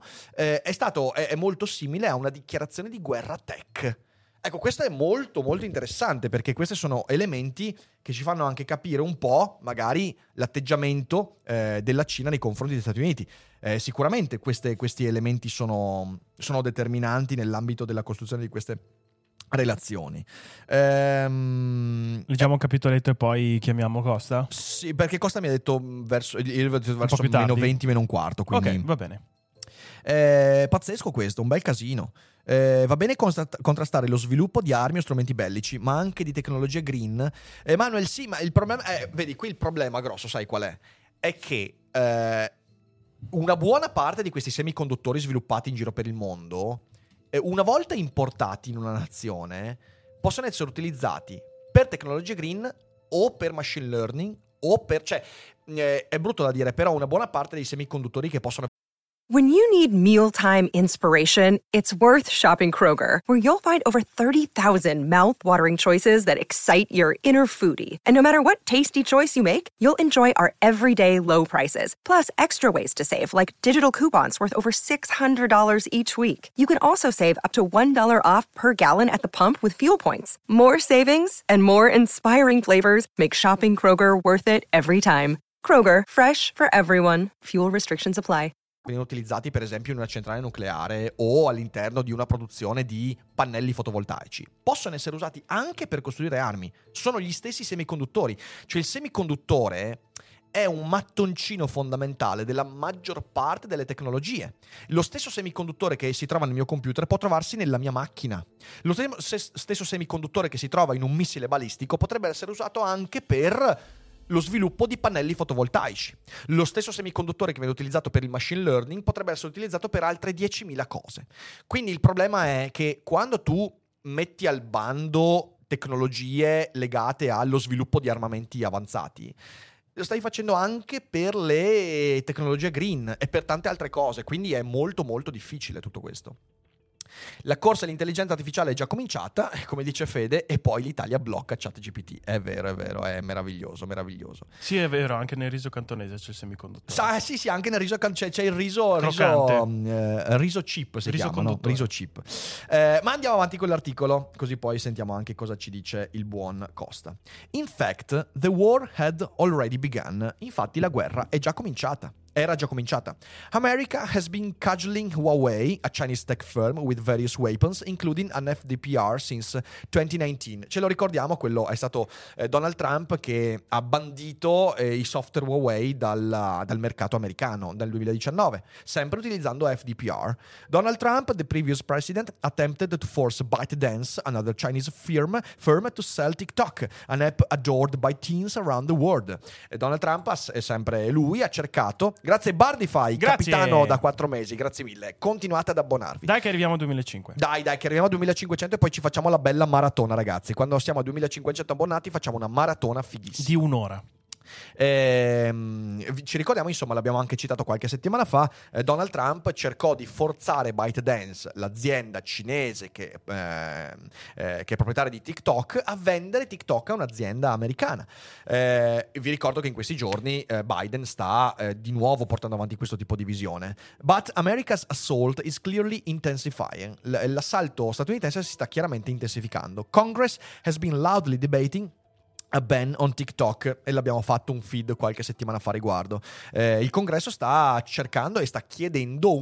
È molto simile a una dichiarazione di guerra tech. Ecco, questo è molto molto interessante, perché questi sono elementi che ci fanno anche capire un po' magari l'atteggiamento della Cina nei confronti degli Stati Uniti. Sicuramente questi elementi sono determinanti nell'ambito della costruzione di queste relazioni. Leggiamo un capitoletto e poi chiamiamo Costa? Sì, perché Costa mi ha detto verso meno 20, meno un quarto. Quindi... Ok, va bene. Pazzesco questo, un bel casino. Va bene contrastare lo sviluppo di armi o strumenti bellici, ma anche di tecnologie green. Manuel, sì, ma il problema vedi, qui il problema grosso, sai qual è? È che una buona parte di questi semiconduttori sviluppati in giro per il mondo, una volta importati in una nazione, possono essere utilizzati per tecnologie green o per machine learning o per... è brutto da dire, però una buona parte dei semiconduttori che possono... When you need mealtime inspiration, it's worth shopping Kroger, where you'll find over 30,000 mouth-watering choices that excite your inner foodie. And no matter what tasty choice you make, you'll enjoy our everyday low prices, plus extra ways to save, like digital coupons worth over $600 each week. You can also save up to $1 off per gallon at the pump with fuel points. More savings and more inspiring flavors make shopping Kroger worth it every time. Kroger, fresh for everyone. Fuel restrictions apply. Vengono utilizzati per esempio in una centrale nucleare o all'interno di una produzione di pannelli fotovoltaici. Possono essere usati anche per costruire armi. Sono gli stessi semiconduttori. Cioè il semiconduttore è un mattoncino fondamentale della maggior parte delle tecnologie. Lo stesso semiconduttore che si trova nel mio computer può trovarsi nella mia macchina. Lo stesso semiconduttore che si trova in un missile balistico potrebbe essere usato anche per lo sviluppo di pannelli fotovoltaici. Lo stesso semiconduttore che viene utilizzato per il machine learning potrebbe essere utilizzato per altre 10.000 cose. Quindi il problema è che quando tu metti al bando tecnologie legate allo sviluppo di armamenti avanzati, lo stai facendo anche per le tecnologie green e per tante altre cose, quindi è molto molto difficile tutto questo. La corsa all'intelligenza artificiale è già cominciata, come dice Fede, e poi l'Italia blocca ChatGPT. È vero, è meraviglioso, meraviglioso. Sì, è vero, anche nel riso cantonese c'è il semiconduttore. Sì, anche nel riso c'è il riso chip, si chiama, no? Riso chip. Ma andiamo avanti con l'articolo, così poi sentiamo anche cosa ci dice il buon Costa. In fact, the war had already begun. Infatti la guerra è già cominciata. Era già cominciata. America has been cudgeling Huawei, a Chinese tech firm, with various weapons, including an FDPR since 2019. Ce lo ricordiamo, quello è stato Donald Trump che ha bandito i software Huawei dal mercato americano nel 2019, sempre utilizzando FDPR. Donald Trump, the previous president, attempted to force ByteDance, another Chinese firm to sell TikTok, an app adored by teens around the world. Donald Trump, sempre lui, ha cercato... Grazie Bardify, capitano da 4 mesi, grazie mille. Continuate ad abbonarvi. Dai che arriviamo a 2500. Dai che arriviamo a 2500 e poi ci facciamo la bella maratona, ragazzi. Quando siamo a 2500 abbonati facciamo una maratona fighissima. Di un'ora. Ci ricordiamo, insomma, l'abbiamo anche citato qualche settimana fa, Donald Trump cercò di forzare ByteDance, l'azienda cinese che è proprietaria di TikTok, a vendere TikTok a un'azienda americana. Vi ricordo che in questi giorni Biden sta di nuovo portando avanti questo tipo di visione. But America's assault is clearly intensifying. L'assalto statunitense si sta chiaramente intensificando. Congress has been loudly debating a ban on TikTok, e l'abbiamo fatto un feed qualche settimana fa a riguardo. Il Congresso sta cercando e sta chiedendo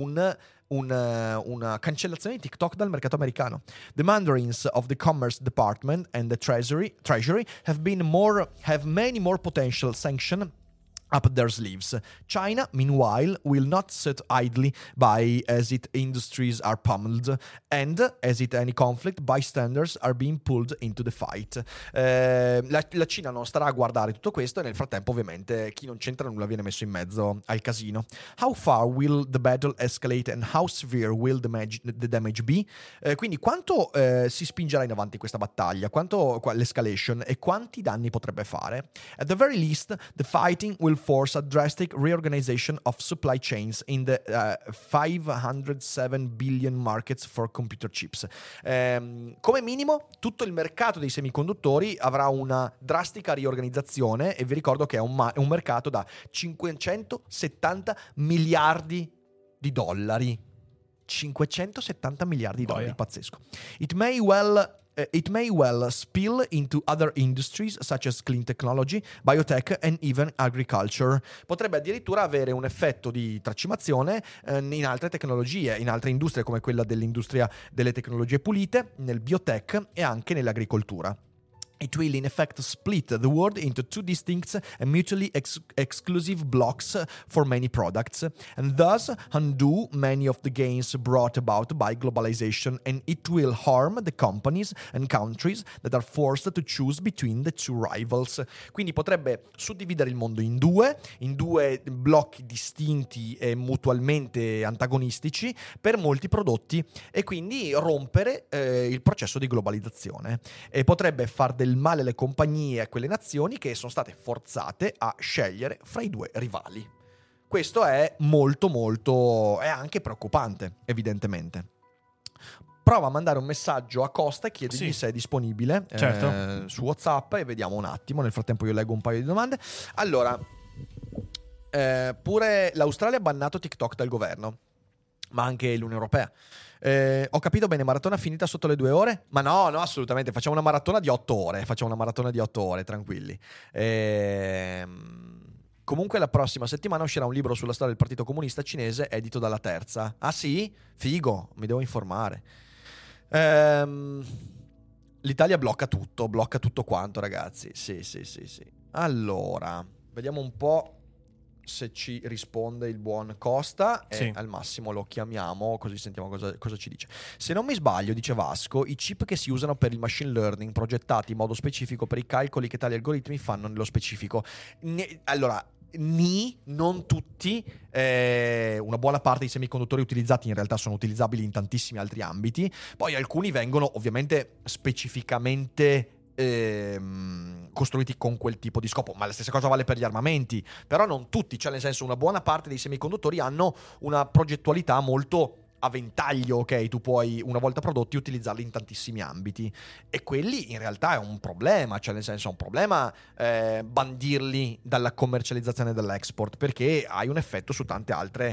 una cancellazione di TikTok dal mercato americano. The mandarins of the Commerce Department and the Treasury have many more potential sanctions up their sleeves. China, meanwhile, will not sit idly by as its industries are pummeled, and as it any conflict, bystanders are being pulled into the fight. La Cina non starà a guardare tutto questo, e nel frattempo ovviamente chi non c'entra nulla viene messo in mezzo al casino. How far will the battle escalate and how severe will the damage be? Quindi quanto si spingerà in avanti questa battaglia, quanto l'escalation, e quanti danni potrebbe fare? At the very least, the fighting will force a drastic reorganization of supply chains in the 507 billion markets for computer chips. Come minimo, tutto il mercato dei semiconduttori avrà una drastica riorganizzazione, e vi ricordo che è un mercato da 570 miliardi di dollari. 570 miliardi di dollari, pazzesco. It may well spill into other industries such as clean technology, biotech and even agriculture. Potrebbe addirittura avere un effetto di tracimazione in altre tecnologie, in altre industrie come quella dell'industria delle tecnologie pulite, nel biotech e anche nell'agricoltura. It will in effect split the world into two distinct and mutually exclusive blocks for many products, and thus undo many of the gains brought about by globalization, and it will harm the companies and countries that are forced to choose between the two rivals. Quindi potrebbe suddividere il mondo in due blocchi distinti e mutualmente antagonistici per molti prodotti, e quindi rompere il processo di globalizzazione, e potrebbe far del male alle compagnie e a quelle nazioni che sono state forzate a scegliere fra i due rivali. Questo è è anche preoccupante, evidentemente. Prova a mandare un messaggio a Costa e chiedigli se è disponibile, certo, su WhatsApp, e vediamo un attimo. Nel frattempo io leggo un paio di domande. Allora, pure l'Australia ha bannato TikTok dal governo, ma anche l'Unione Europea. Ho capito bene, maratona finita sotto le 2 ore? Ma no, assolutamente, facciamo una maratona di 8 ore, tranquilli. Comunque la prossima settimana uscirà un libro sulla storia del Partito Comunista Cinese, edito dalla Terza. Ah sì? Figo, mi devo informare. L'Italia blocca tutto quanto, ragazzi. Sì. Allora, vediamo un po' se ci risponde il buon Costa, e al massimo lo chiamiamo così sentiamo cosa ci dice. Se non mi sbaglio, dice Vasco, i chip che si usano per il machine learning progettati in modo specifico per i calcoli che tali algoritmi fanno nello specifico. Non tutti, una buona parte dei semiconduttori utilizzati in realtà sono utilizzabili in tantissimi altri ambiti. Poi alcuni vengono ovviamente specificamente costruiti con quel tipo di scopo, ma la stessa cosa vale per gli armamenti, però non tutti, cioè nel senso una buona parte dei semiconduttori hanno una progettualità molto a ventaglio, ok? Tu puoi, una volta prodotti, utilizzarli in tantissimi ambiti, e quelli in realtà è un problema, cioè nel senso è un problema bandirli dalla commercializzazione e dall'export, perché hai un effetto su tante altre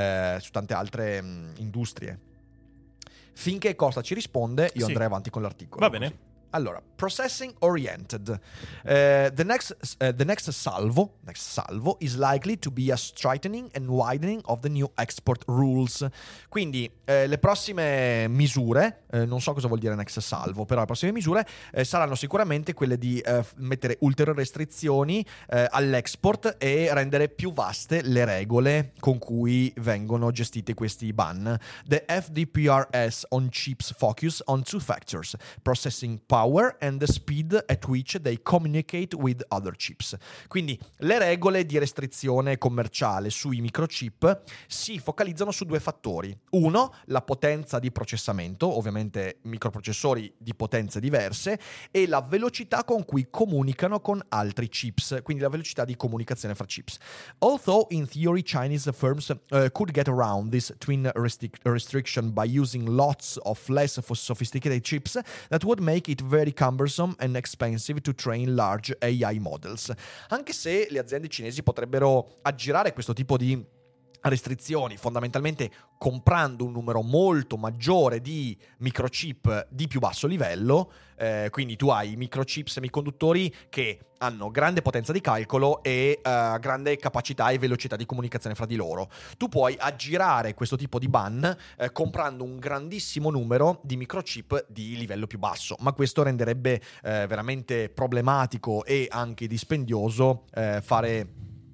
industrie. Finché Costa ci risponde, io andrei avanti con l'articolo. Va bene. Allora, processing oriented. The next salvo is likely to be a straightening and widening of the new export rules. Quindi le prossime misure, non so cosa vuol dire next salvo, però le prossime misure saranno sicuramente quelle di mettere ulteriori restrizioni all'export e rendere più vaste le regole con cui vengono gestiti questi ban. The FDPRS on chips focus on two factors: processing power power and the speed at which they communicate with other chips. Quindi le regole di restrizione commerciale sui microchip si focalizzano su due fattori. Uno, la potenza di processamento, ovviamente microprocessori di potenze diverse, e la velocità con cui comunicano con altri chips, quindi la velocità di comunicazione fra chips. Although in theory Chinese firms could get around this twin restriction by using lots of less sophisticated chips, that would make it very cumbersome and expensive to train large AI models. Anche se le aziende cinesi potrebbero aggirare questo tipo di restrizioni fondamentalmente comprando un numero molto maggiore di microchip di più basso livello, quindi tu hai microchip semiconduttori che hanno grande potenza di calcolo e grande capacità e velocità di comunicazione fra di loro. Tu puoi aggirare questo tipo di ban comprando un grandissimo numero di microchip di livello più basso, ma questo renderebbe veramente problematico e anche dispendioso fare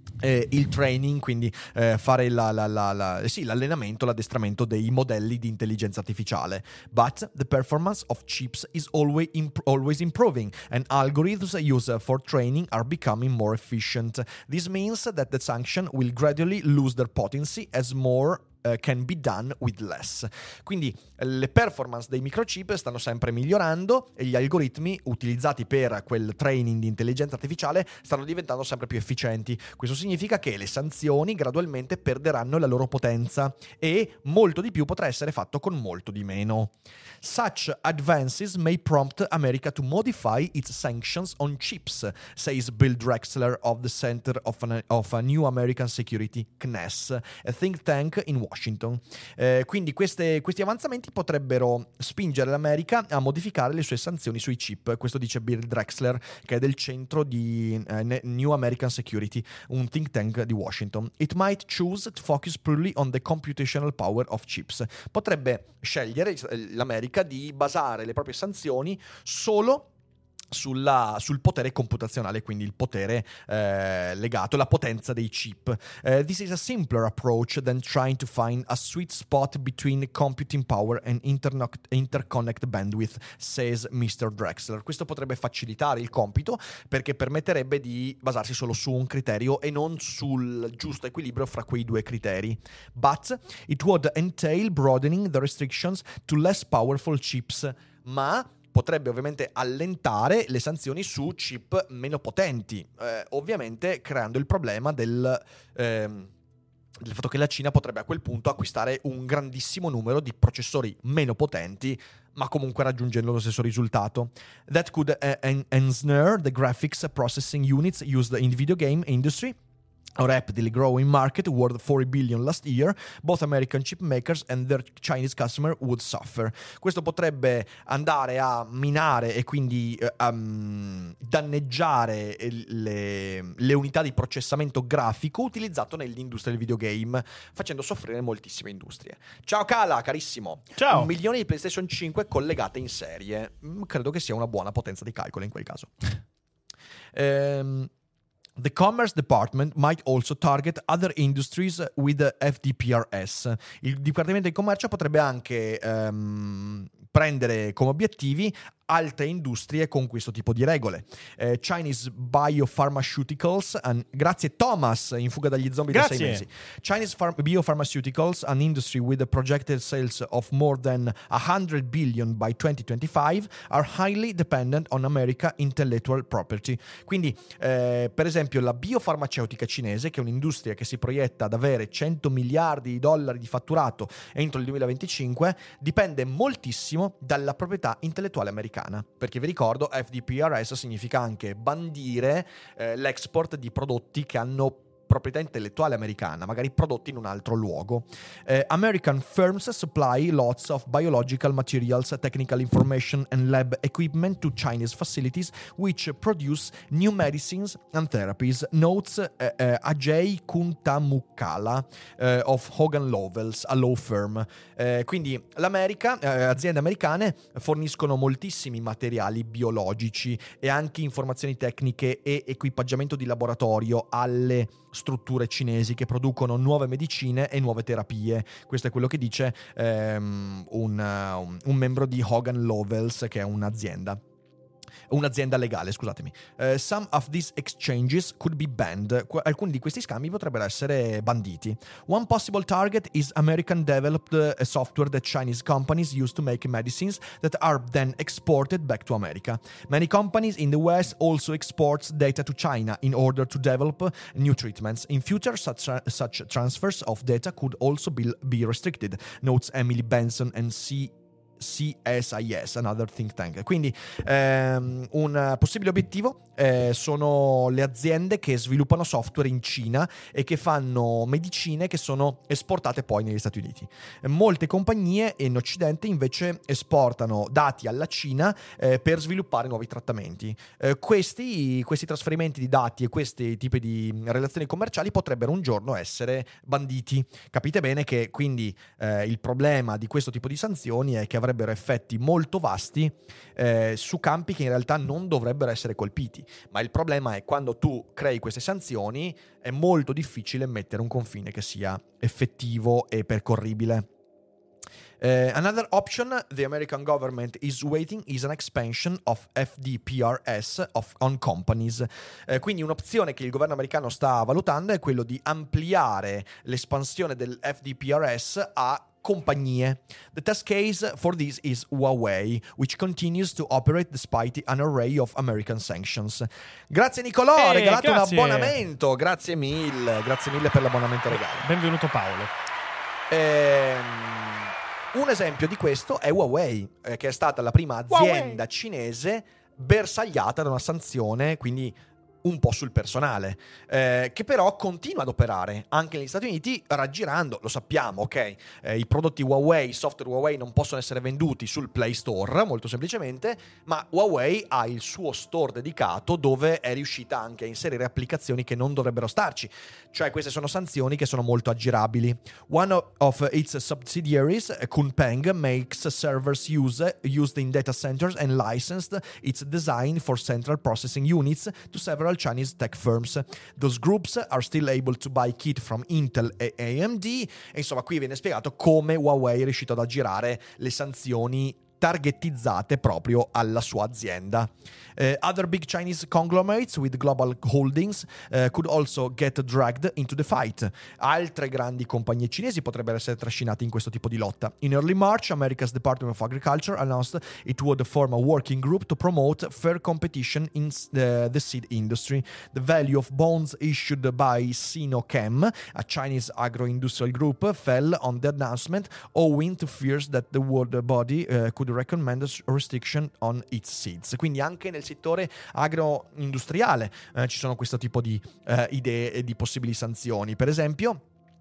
il training, quindi fare l'allenamento, l'addestramento dei modelli di intelligenza artificiale. But the performance of chips is always improving and algorithms used for training are becoming more efficient. This means that the sanction will gradually lose their potency as more can be done with less. Quindi le performance dei microchip stanno sempre migliorando e gli algoritmi utilizzati per quel training di intelligenza artificiale stanno diventando sempre più efficienti. Questo significa che le sanzioni gradualmente perderanno la loro potenza e molto di più potrà essere fatto con molto di meno. Such advances may prompt America to modify its sanctions on chips, says Bill Drexler of the Center of a New American Security, CNES, a think tank in Washington. Quindi questi avanzamenti potrebbero spingere l'America a modificare le sue sanzioni sui chip. Questo dice Bill Drexler, che è del centro di New American Security, un think tank di Washington. It might choose to focus purely on the computational power of chips. Potrebbe scegliere l'America di basare le proprie sanzioni solo sul potere computazionale, quindi il potere legato alla potenza dei chip. This is a simpler approach than trying to find a sweet spot between computing power and interconnect bandwidth, says Mr. Drexler. Questo potrebbe facilitare il compito perché permetterebbe di basarsi solo su un criterio e non sul giusto equilibrio fra quei due criteri. But it would entail broadening the restrictions to less powerful chips, ma potrebbe ovviamente allentare le sanzioni su chip meno potenti, ovviamente creando il problema del fatto che la Cina potrebbe a quel punto acquistare un grandissimo numero di processori meno potenti, ma comunque raggiungendo lo stesso risultato. That could ensnare the graphics processing units used in the video game industry, a rapidly growing market worth $40 billion last year. Both American chip makers and their Chinese customer would suffer. Questo potrebbe andare a minare e quindi danneggiare le unità di processamento grafico utilizzato nell'industria del videogame, facendo soffrire moltissime industrie. Ciao Kala, carissimo. Ciao. 1 milione di PlayStation 5 collegate in serie. Credo che sia una buona potenza di calcolo in quel caso. The Commerce Department might also target other industries with FDPRS. Il Dipartimento di Commercio potrebbe anche prendere come obiettivi altre industrie con questo tipo di regole. Chinese Biopharmaceuticals, grazie Thomas, in fuga dagli zombie da 6 mesi. Chinese Biopharmaceuticals, an industry with a projected sales of more than $100 billion by 2025, are highly dependent on American intellectual property. Quindi, per esempio, la biofarmaceutica cinese, che è un'industria che si proietta ad avere $100 miliardi di fatturato entro il 2025, dipende moltissimo dalla proprietà intellettuale americana. Perché vi ricordo, FDPRS significa anche bandire l'export di prodotti che hanno proprietà intellettuale americana, magari prodotti in un altro luogo. American firms supply lots of biological materials, technical information and lab equipment to Chinese facilities which produce new medicines and therapies, notes Ajay Kuntamukkala of Hogan Lovells, a law firm. Quindi aziende americane forniscono moltissimi materiali biologici e anche informazioni tecniche e equipaggiamento di laboratorio alle strutture cinesi che producono nuove medicine e nuove terapie. Questo è quello che dice un membro di Hogan Lovells, che è un'azienda. un'azienda legale, scusatemi. Some of these exchanges could be banned. Alcuni di questi scambi potrebbero essere banditi. One possible target is American developed software that Chinese companies use to make medicines that are then exported back to America. Many companies in the West also export data to China in order to develop new treatments. In future, such transfers of data could also be restricted, notes Emily Benson and CSIS, another think tank. Quindi un possibile obiettivo sono le aziende che sviluppano software in Cina e che fanno medicine che sono esportate poi negli Stati Uniti. Molte compagnie in Occidente invece esportano dati alla Cina per sviluppare nuovi trattamenti. Questi trasferimenti di dati e questi tipi di relazioni commerciali potrebbero un giorno essere banditi. Capite bene che quindi il problema di questo tipo di sanzioni è che avrebbero effetti molto vasti su campi che in realtà non dovrebbero essere colpiti. Ma il problema è quando tu crei queste sanzioni è molto difficile mettere un confine che sia effettivo e percorribile. Another option the American government is waiting is an expansion of FDPRS on companies. Quindi un'opzione che il governo americano sta valutando è quello di ampliare l'espansione del FDPRS a compagnie. The test case for this is Huawei, which continues to operate despite an array of American sanctions. Grazie Nicolò, ha regalato un abbonamento. Grazie mille per l'abbonamento regalo. Benvenuto Paolo. Un esempio di questo è Huawei, che è stata la prima azienda cinese bersagliata da una sanzione, quindi un po' sul personale, che però continua ad operare anche negli Stati Uniti, raggirando, lo sappiamo, ok? I prodotti Huawei, i software Huawei non possono essere venduti sul Play Store, molto semplicemente, ma Huawei ha il suo store dedicato dove è riuscita anche a inserire applicazioni che non dovrebbero starci, cioè queste sono sanzioni che sono molto aggirabili. One of its subsidiaries, Kunpeng, makes servers used in data centers and licensed its design for central processing units to several Chinese tech firms. Those groups are still able to buy kit from Intel e AMD. E insomma, qui viene spiegato come Huawei è riuscito ad aggirare le sanzioni targetizzate proprio alla sua azienda. Other big Chinese conglomerates with global holdings could also get dragged into the fight. Altre grandi compagnie cinesi potrebbero essere trascinate in questo tipo di lotta. In early March, America's Department of Agriculture announced it would form a working group to promote fair competition in the seed industry. The value of bonds issued by Sinochem, a Chinese agro-industrial group, fell on the announcement owing to fears that the world body could recommend a restriction on its seeds. Quindi anche nel settore agroindustriale ci sono questo tipo di idee e di possibili sanzioni. Per esempio,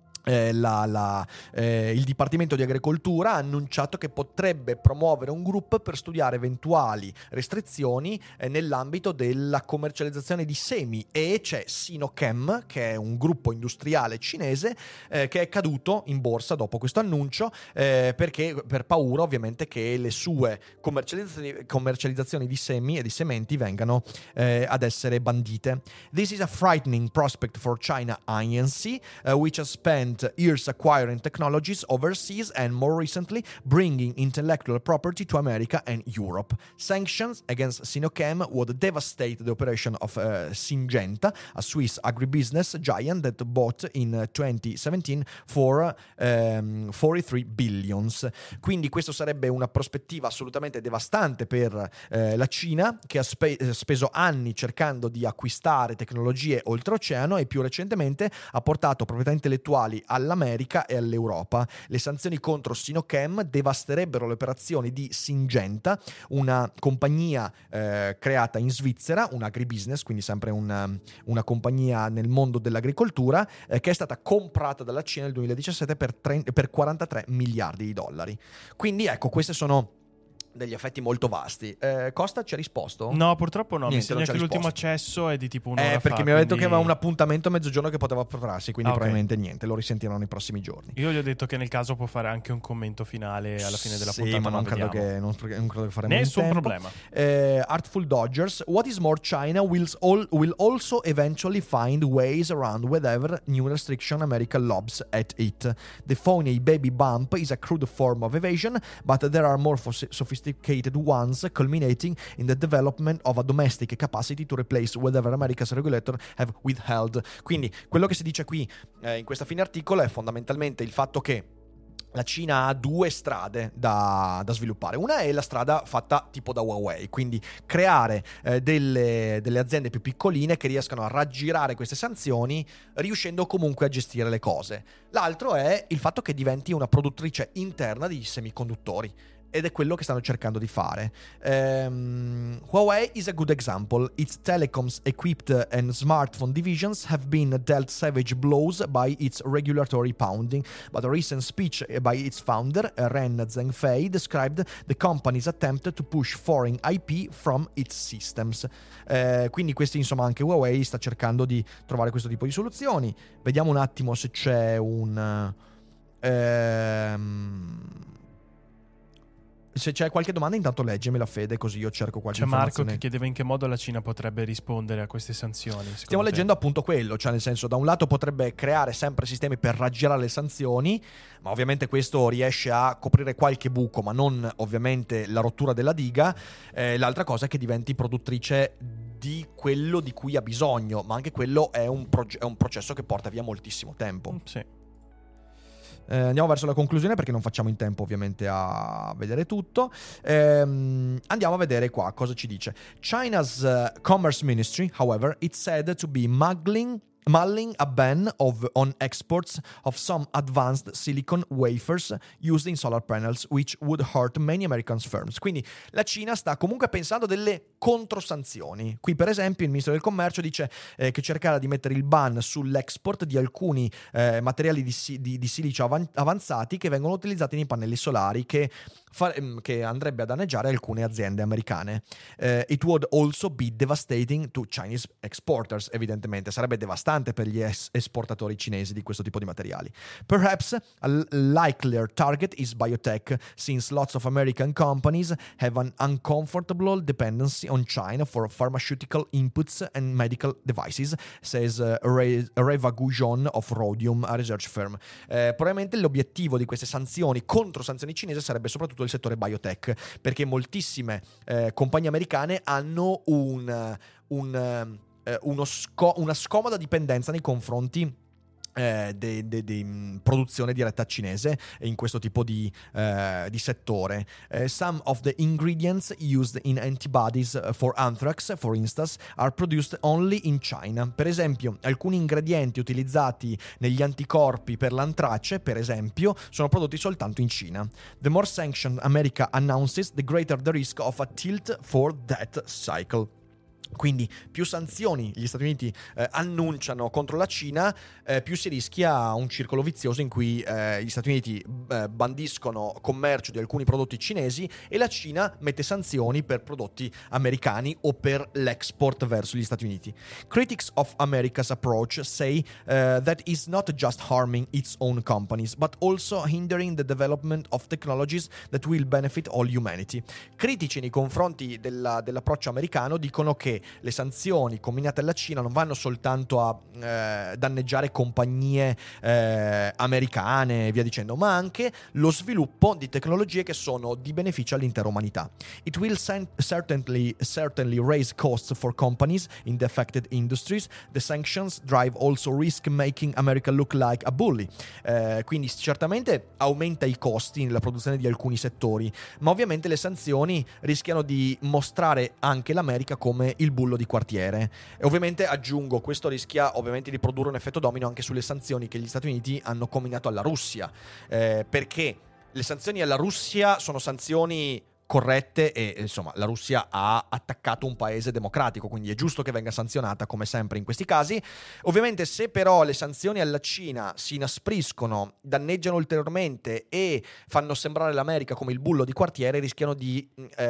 il Dipartimento di Agricoltura ha annunciato che potrebbe promuovere un gruppo per studiare eventuali restrizioni nell'ambito della commercializzazione di semi, e c'è Sinochem, che è un gruppo industriale cinese che è caduto in borsa dopo questo annuncio, perché per paura ovviamente che le sue commercializzazioni di semi e di sementi vengano ad essere bandite. This is a frightening prospect for China Inc., which has spent years acquiring technologies overseas and more recently bringing intellectual property to America and Europe. Sanctions against Sinochem would devastate the operation of Syngenta, a Swiss agribusiness giant that bought in 2017 for 43 billions. Quindi questo sarebbe una prospettiva assolutamente devastante per la Cina, che ha speso anni cercando di acquistare tecnologie oltreoceano e più recentemente ha portato proprietà intellettuali all'America e all'Europa. Le sanzioni contro Sinochem devasterebbero le operazioni di Syngenta, una compagnia creata in Svizzera, un agribusiness, quindi sempre una compagnia nel mondo dell'agricoltura, che è stata comprata dalla Cina nel 2017 per 43 miliardi di dollari. Quindi ecco, queste sono degli effetti molto vasti. Costa ci ha risposto? No, purtroppo no. Niente, mi segna che l'ultimo accesso è di tipo un'ora perché fa, mi aveva detto quindi... che aveva un appuntamento a mezzogiorno che poteva protrarsi, quindi okay. probabilmente niente, lo risentiranno nei prossimi giorni. Io gli ho detto che nel caso può fare anche un commento finale alla fine della puntata. Sì, ma non credo che faremo nessun in tempo. problema. Artful Dodgers, what is more, China will also eventually find ways around whatever new restriction America lobs at it. The phony baby bump is a crude form of evasion, but there are more sophisticated sophisticated ones, culminating in the development of a domestic capacity to replace whatever America's regulator have withheld. Quindi quello che si dice qui in questa fine articolo è fondamentalmente il fatto che la Cina ha due strade da sviluppare. Una è la strada fatta tipo da Huawei, quindi creare delle aziende più piccoline che riescano a raggirare queste sanzioni, riuscendo comunque a gestire le cose. L'altro è il fatto che diventi una produttrice interna di semiconduttori. Ed è quello che stanno cercando di fare. Huawei is a good example. Its telecoms equipped and smartphone divisions have been dealt savage blows by its regulatory pounding, but a recent speech by its founder, Ren Zhengfei, described the company's attempt to push foreign IP from its systems. Quindi questi, insomma, anche Huawei sta cercando di trovare questo tipo di soluzioni. Vediamo un attimo se c'è se c'è qualche domanda, intanto leggemela, Fede, così io cerco qualche informazione. C'è Marco che chiedeva in che modo la Cina potrebbe rispondere a queste sanzioni. Stiamo leggendo appunto quello, cioè nel senso, da un lato potrebbe creare sempre sistemi per raggirare le sanzioni, ma ovviamente questo riesce a coprire qualche buco, ma non ovviamente la rottura della diga. L'altra cosa è che diventi produttrice di quello di cui ha bisogno, ma anche quello è un processo che porta via moltissimo tempo. Sì. Andiamo verso la conclusione perché non facciamo in tempo ovviamente a vedere tutto. Andiamo a vedere qua cosa ci dice. China's Commerce Ministry, however, it's said to be mulling a ban on exports of some advanced silicon wafers used in solar panels, which would hurt many American firms. Quindi la Cina sta comunque pensando delle controsanzioni. Qui per esempio il ministro del commercio dice che cercherà di mettere il ban sull'export di alcuni materiali di silicio avanzati che vengono utilizzati nei pannelli solari, che andrebbe a danneggiare alcune aziende americane. It would also be devastating to Chinese exporters. Evidentemente sarebbe devastante per gli esportatori cinesi di questo tipo di materiali. Perhaps a likelier target is biotech, since lots of American companies have an uncomfortable dependency on China for pharmaceutical inputs and medical devices, says Reva Gujon of Rhodium, a research firm. Probabilmente l'obiettivo di queste sanzioni, contro sanzioni cinesi, sarebbe soprattutto il settore biotech, perché moltissime compagnie americane hanno una scomoda dipendenza nei confronti di produzione diretta cinese in questo tipo di settore. Some of the ingredients used in antibodies for anthrax, for instance, are produced only in China. Per esempio, alcuni ingredienti utilizzati negli anticorpi per l'antrace, per esempio, sono prodotti soltanto in Cina. The more sanctioned America announces, the greater the risk of a tilt for that cycle. Quindi più sanzioni gli Stati Uniti annunciano contro la Cina, più si rischia un circolo vizioso in cui gli Stati Uniti bandiscono commercio di alcuni prodotti cinesi e la Cina mette sanzioni per prodotti americani o per l'export verso gli Stati Uniti. Critics of America's approach say that is not just harming its own companies, but also hindering the development of technologies that will benefit all humanity. Critici nei confronti dell'approccio americano dicono che le sanzioni combinate alla Cina non vanno soltanto a danneggiare compagnie americane e via dicendo, ma anche lo sviluppo di tecnologie che sono di beneficio all'intera umanità. It will certainly raise costs for companies in the affected industries. The sanctions drive also risk making America look like a bully. Quindi certamente aumenta i costi nella produzione di alcuni settori, ma ovviamente le sanzioni rischiano di mostrare anche l'America come il bullo di quartiere. E ovviamente aggiungo, questo rischia ovviamente di produrre un effetto domino anche sulle sanzioni che gli Stati Uniti hanno combinato alla Russia, perché le sanzioni alla Russia sono sanzioni corrette e insomma la Russia ha attaccato un paese democratico, quindi è giusto che venga sanzionata come sempre in questi casi. Ovviamente se però le sanzioni alla Cina si inaspriscono, danneggiano ulteriormente e fanno sembrare l'America come il bullo di quartiere, rischiano di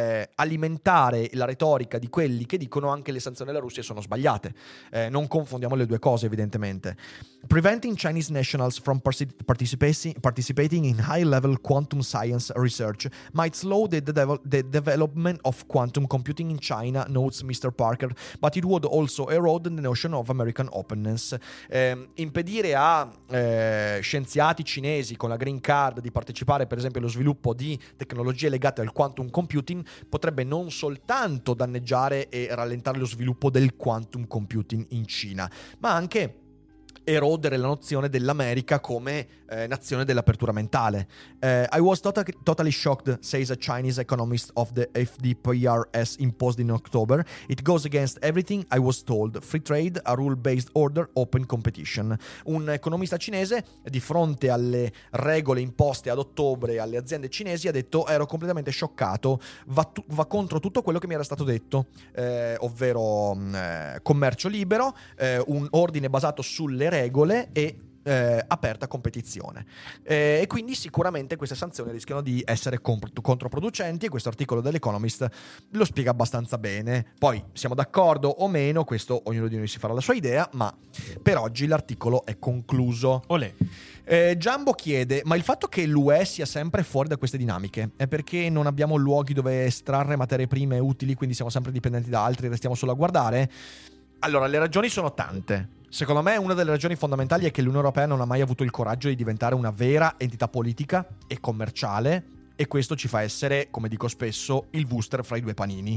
alimentare la retorica di quelli che dicono anche le sanzioni alla Russia sono sbagliate. Non confondiamo le due cose, evidentemente. Preventing Chinese nationals from participating in high-level quantum science research might slow the the development of quantum computing in China, notes Mr. Parker, but it would also erode the notion of American openness. Impedire a scienziati cinesi con la green card di partecipare per esempio allo sviluppo di tecnologie legate al quantum computing potrebbe non soltanto danneggiare e rallentare lo sviluppo del quantum computing in Cina, ma anche erodere la nozione dell'America come nazione dell'apertura mentale. I was totally shocked, says a Chinese economist of the FDPRS imposed in October. It goes against everything I was told. Free trade, a rule-based order, open competition. Un economista cinese, di fronte alle regole imposte ad ottobre alle aziende cinesi, ha detto: ero completamente scioccato, va contro tutto quello che mi era stato detto, ovvero commercio libero, un ordine basato sulle regole e aperta competizione, e quindi sicuramente queste sanzioni rischiano di essere controproducenti, e questo articolo dell'Economist lo spiega abbastanza bene. Poi siamo d'accordo o meno, questo ognuno di noi si farà la sua idea, ma per oggi l'articolo è concluso. Olè. Giambo chiede: ma il fatto che l'UE sia sempre fuori da queste dinamiche è perché non abbiamo luoghi dove estrarre materie prime utili, quindi siamo sempre dipendenti da altri e restiamo solo a guardare? Allora, le ragioni sono tante. Secondo me una delle ragioni fondamentali è che l'Unione Europea non ha mai avuto il coraggio di diventare una vera entità politica e commerciale, e questo ci fa essere, come dico spesso, il Wooster fra i due panini.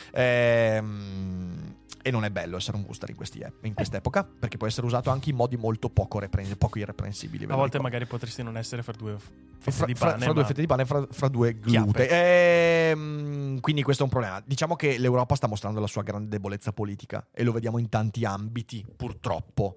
E non è bello essere un Wooster in quest'epoca, perché può essere usato anche in modi molto poco irreprensibili. A volte magari potresti non essere fra due fette di pane, due fette di pane, fra due glute. Quindi questo è un problema. Diciamo che l'Europa sta mostrando la sua grande debolezza politica, e lo vediamo in tanti ambiti, purtroppo.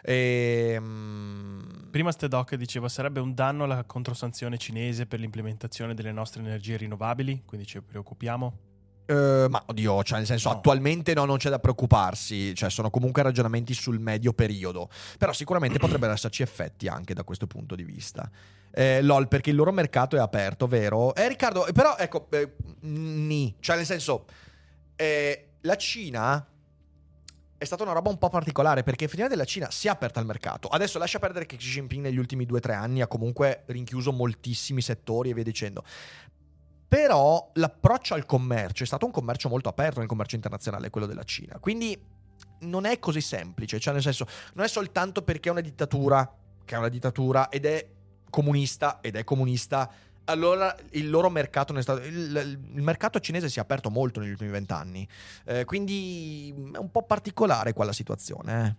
Prima Stedoc diceva: sarebbe un danno alla controsanzione cinese per l'implementazione delle nostre energie rinnovabili, quindi ci preoccupiamo? Ma oddio, cioè nel senso, no. Attualmente no, non c'è da preoccuparsi, cioè sono comunque ragionamenti sul medio periodo, però sicuramente potrebbero esserci effetti anche da questo punto di vista. LOL, perché il loro mercato è aperto, vero? Riccardo, però ecco, cioè nel senso, la Cina è stata una roba un po' particolare, perché effettivamente la Cina si è aperta al mercato. Adesso lascia perdere che Xi Jinping negli ultimi 2-3 anni ha comunque rinchiuso moltissimi settori e via dicendo. Però l'approccio al commercio è stato un commercio molto aperto, nel commercio internazionale, quello della Cina. Quindi non è così semplice, cioè nel senso, non è soltanto perché è una dittatura, che è una dittatura ed è comunista, allora il loro mercato non è stato, il mercato cinese si è aperto molto negli ultimi 20 anni. Quindi è un po' particolare qua la situazione.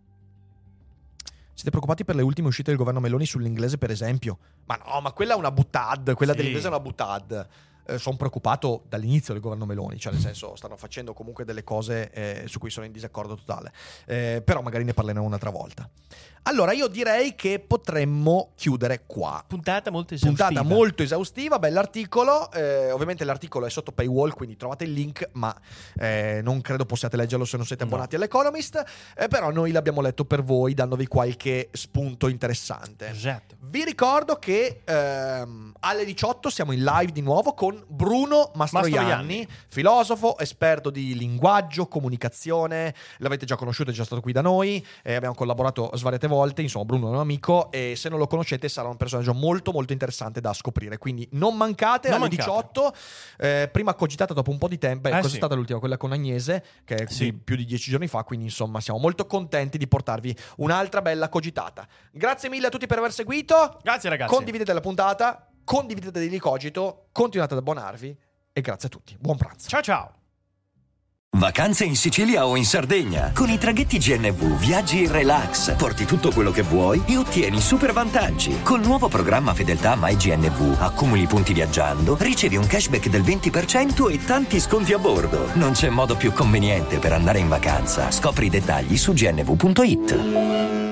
Siete preoccupati per le ultime uscite del governo Meloni sull'inglese, per esempio? Ma no, ma quella è una buttad, quella dell'inglese è una buttad. Sono preoccupato dall'inizio del governo Meloni, cioè nel senso, stanno facendo comunque delle cose su cui sono in disaccordo totale, però magari ne parleremo un'altra volta. Allora io direi che potremmo chiudere qua. Puntata molto esaustiva, bell'articolo, ovviamente l'articolo è sotto paywall, quindi trovate il link, ma non credo possiate leggerlo se non siete abbonati all'Economist, però noi l'abbiamo letto per voi, dandovi qualche spunto interessante. Esatto. Vi ricordo che alle 18 siamo in live di nuovo con Bruno Mastroianni, filosofo, esperto di linguaggio, comunicazione. L'avete già conosciuto, è già stato qui da noi, abbiamo collaborato svariate volte. Insomma, Bruno è un amico, e se non lo conoscete sarà un personaggio molto molto interessante da scoprire, quindi non mancate. Alle 18, prima cogitata dopo un po' di tempo. Cosa è stata l'ultima? Quella con Agnese, che è più di 10 giorni fa, quindi insomma siamo molto contenti di portarvi un'altra bella cogitata. Grazie mille a tutti per aver seguito. Grazie ragazzi. Condividete la puntata, condividete Daily Cogito, continuate ad abbonarvi, e grazie a tutti. Buon pranzo. Ciao ciao. Vacanze in Sicilia o in Sardegna. Con i traghetti GNV viaggi in relax, porti tutto quello che vuoi e ottieni super vantaggi. Col nuovo programma Fedeltà MyGNV accumuli punti viaggiando, ricevi un cashback del 20% e tanti sconti a bordo. Non c'è modo più conveniente per andare in vacanza. Scopri i dettagli su gnv.it.